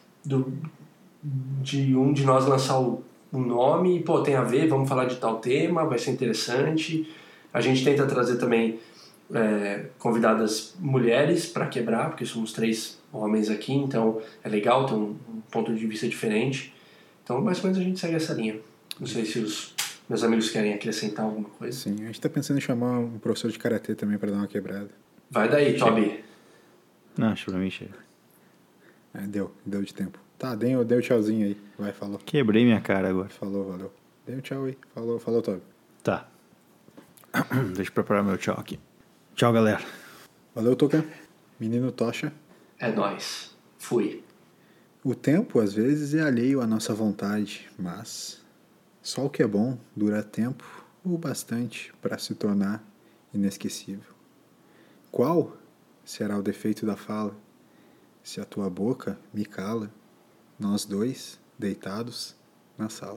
um de nós lançar um nome, pô, tem a ver, vamos falar de tal tema, vai ser interessante. A gente tenta trazer também convidadas mulheres para quebrar, porque somos 3 homens aqui, então é legal ter um ponto de vista diferente. Então mais ou menos a gente segue essa linha. Não sei se os meus amigos querem acrescentar alguma coisa. Sim, a gente tá pensando em chamar um professor de karatê também para dar uma quebrada. Vai daí, Toby. Não, acho pra mim chega. Deu de tempo. Tá, deu tchauzinho aí. Vai, falou. Quebrei minha cara agora. Falou, valeu. Deu tchau aí. Falou, Toby. Tá. Deixa eu preparar meu tchau aqui. Tchau, galera. Valeu, Toca. Menino Tocha. É nóis. Fui. O tempo, às vezes, é alheio à nossa vontade, mas só o que é bom dura tempo o bastante para se tornar inesquecível. Qual será o defeito da fala? Se a tua boca me cala, nós 2 deitados na sala.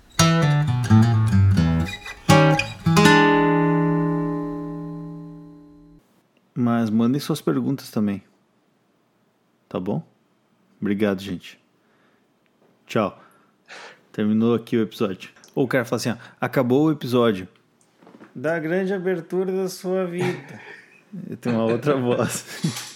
Mas mandem suas perguntas também. Tá bom? Obrigado, gente. Tchau. Terminou aqui o episódio. Ou o cara fala assim, ó, acabou o episódio. Da grande abertura da sua vida. Eu tenho uma outra voz.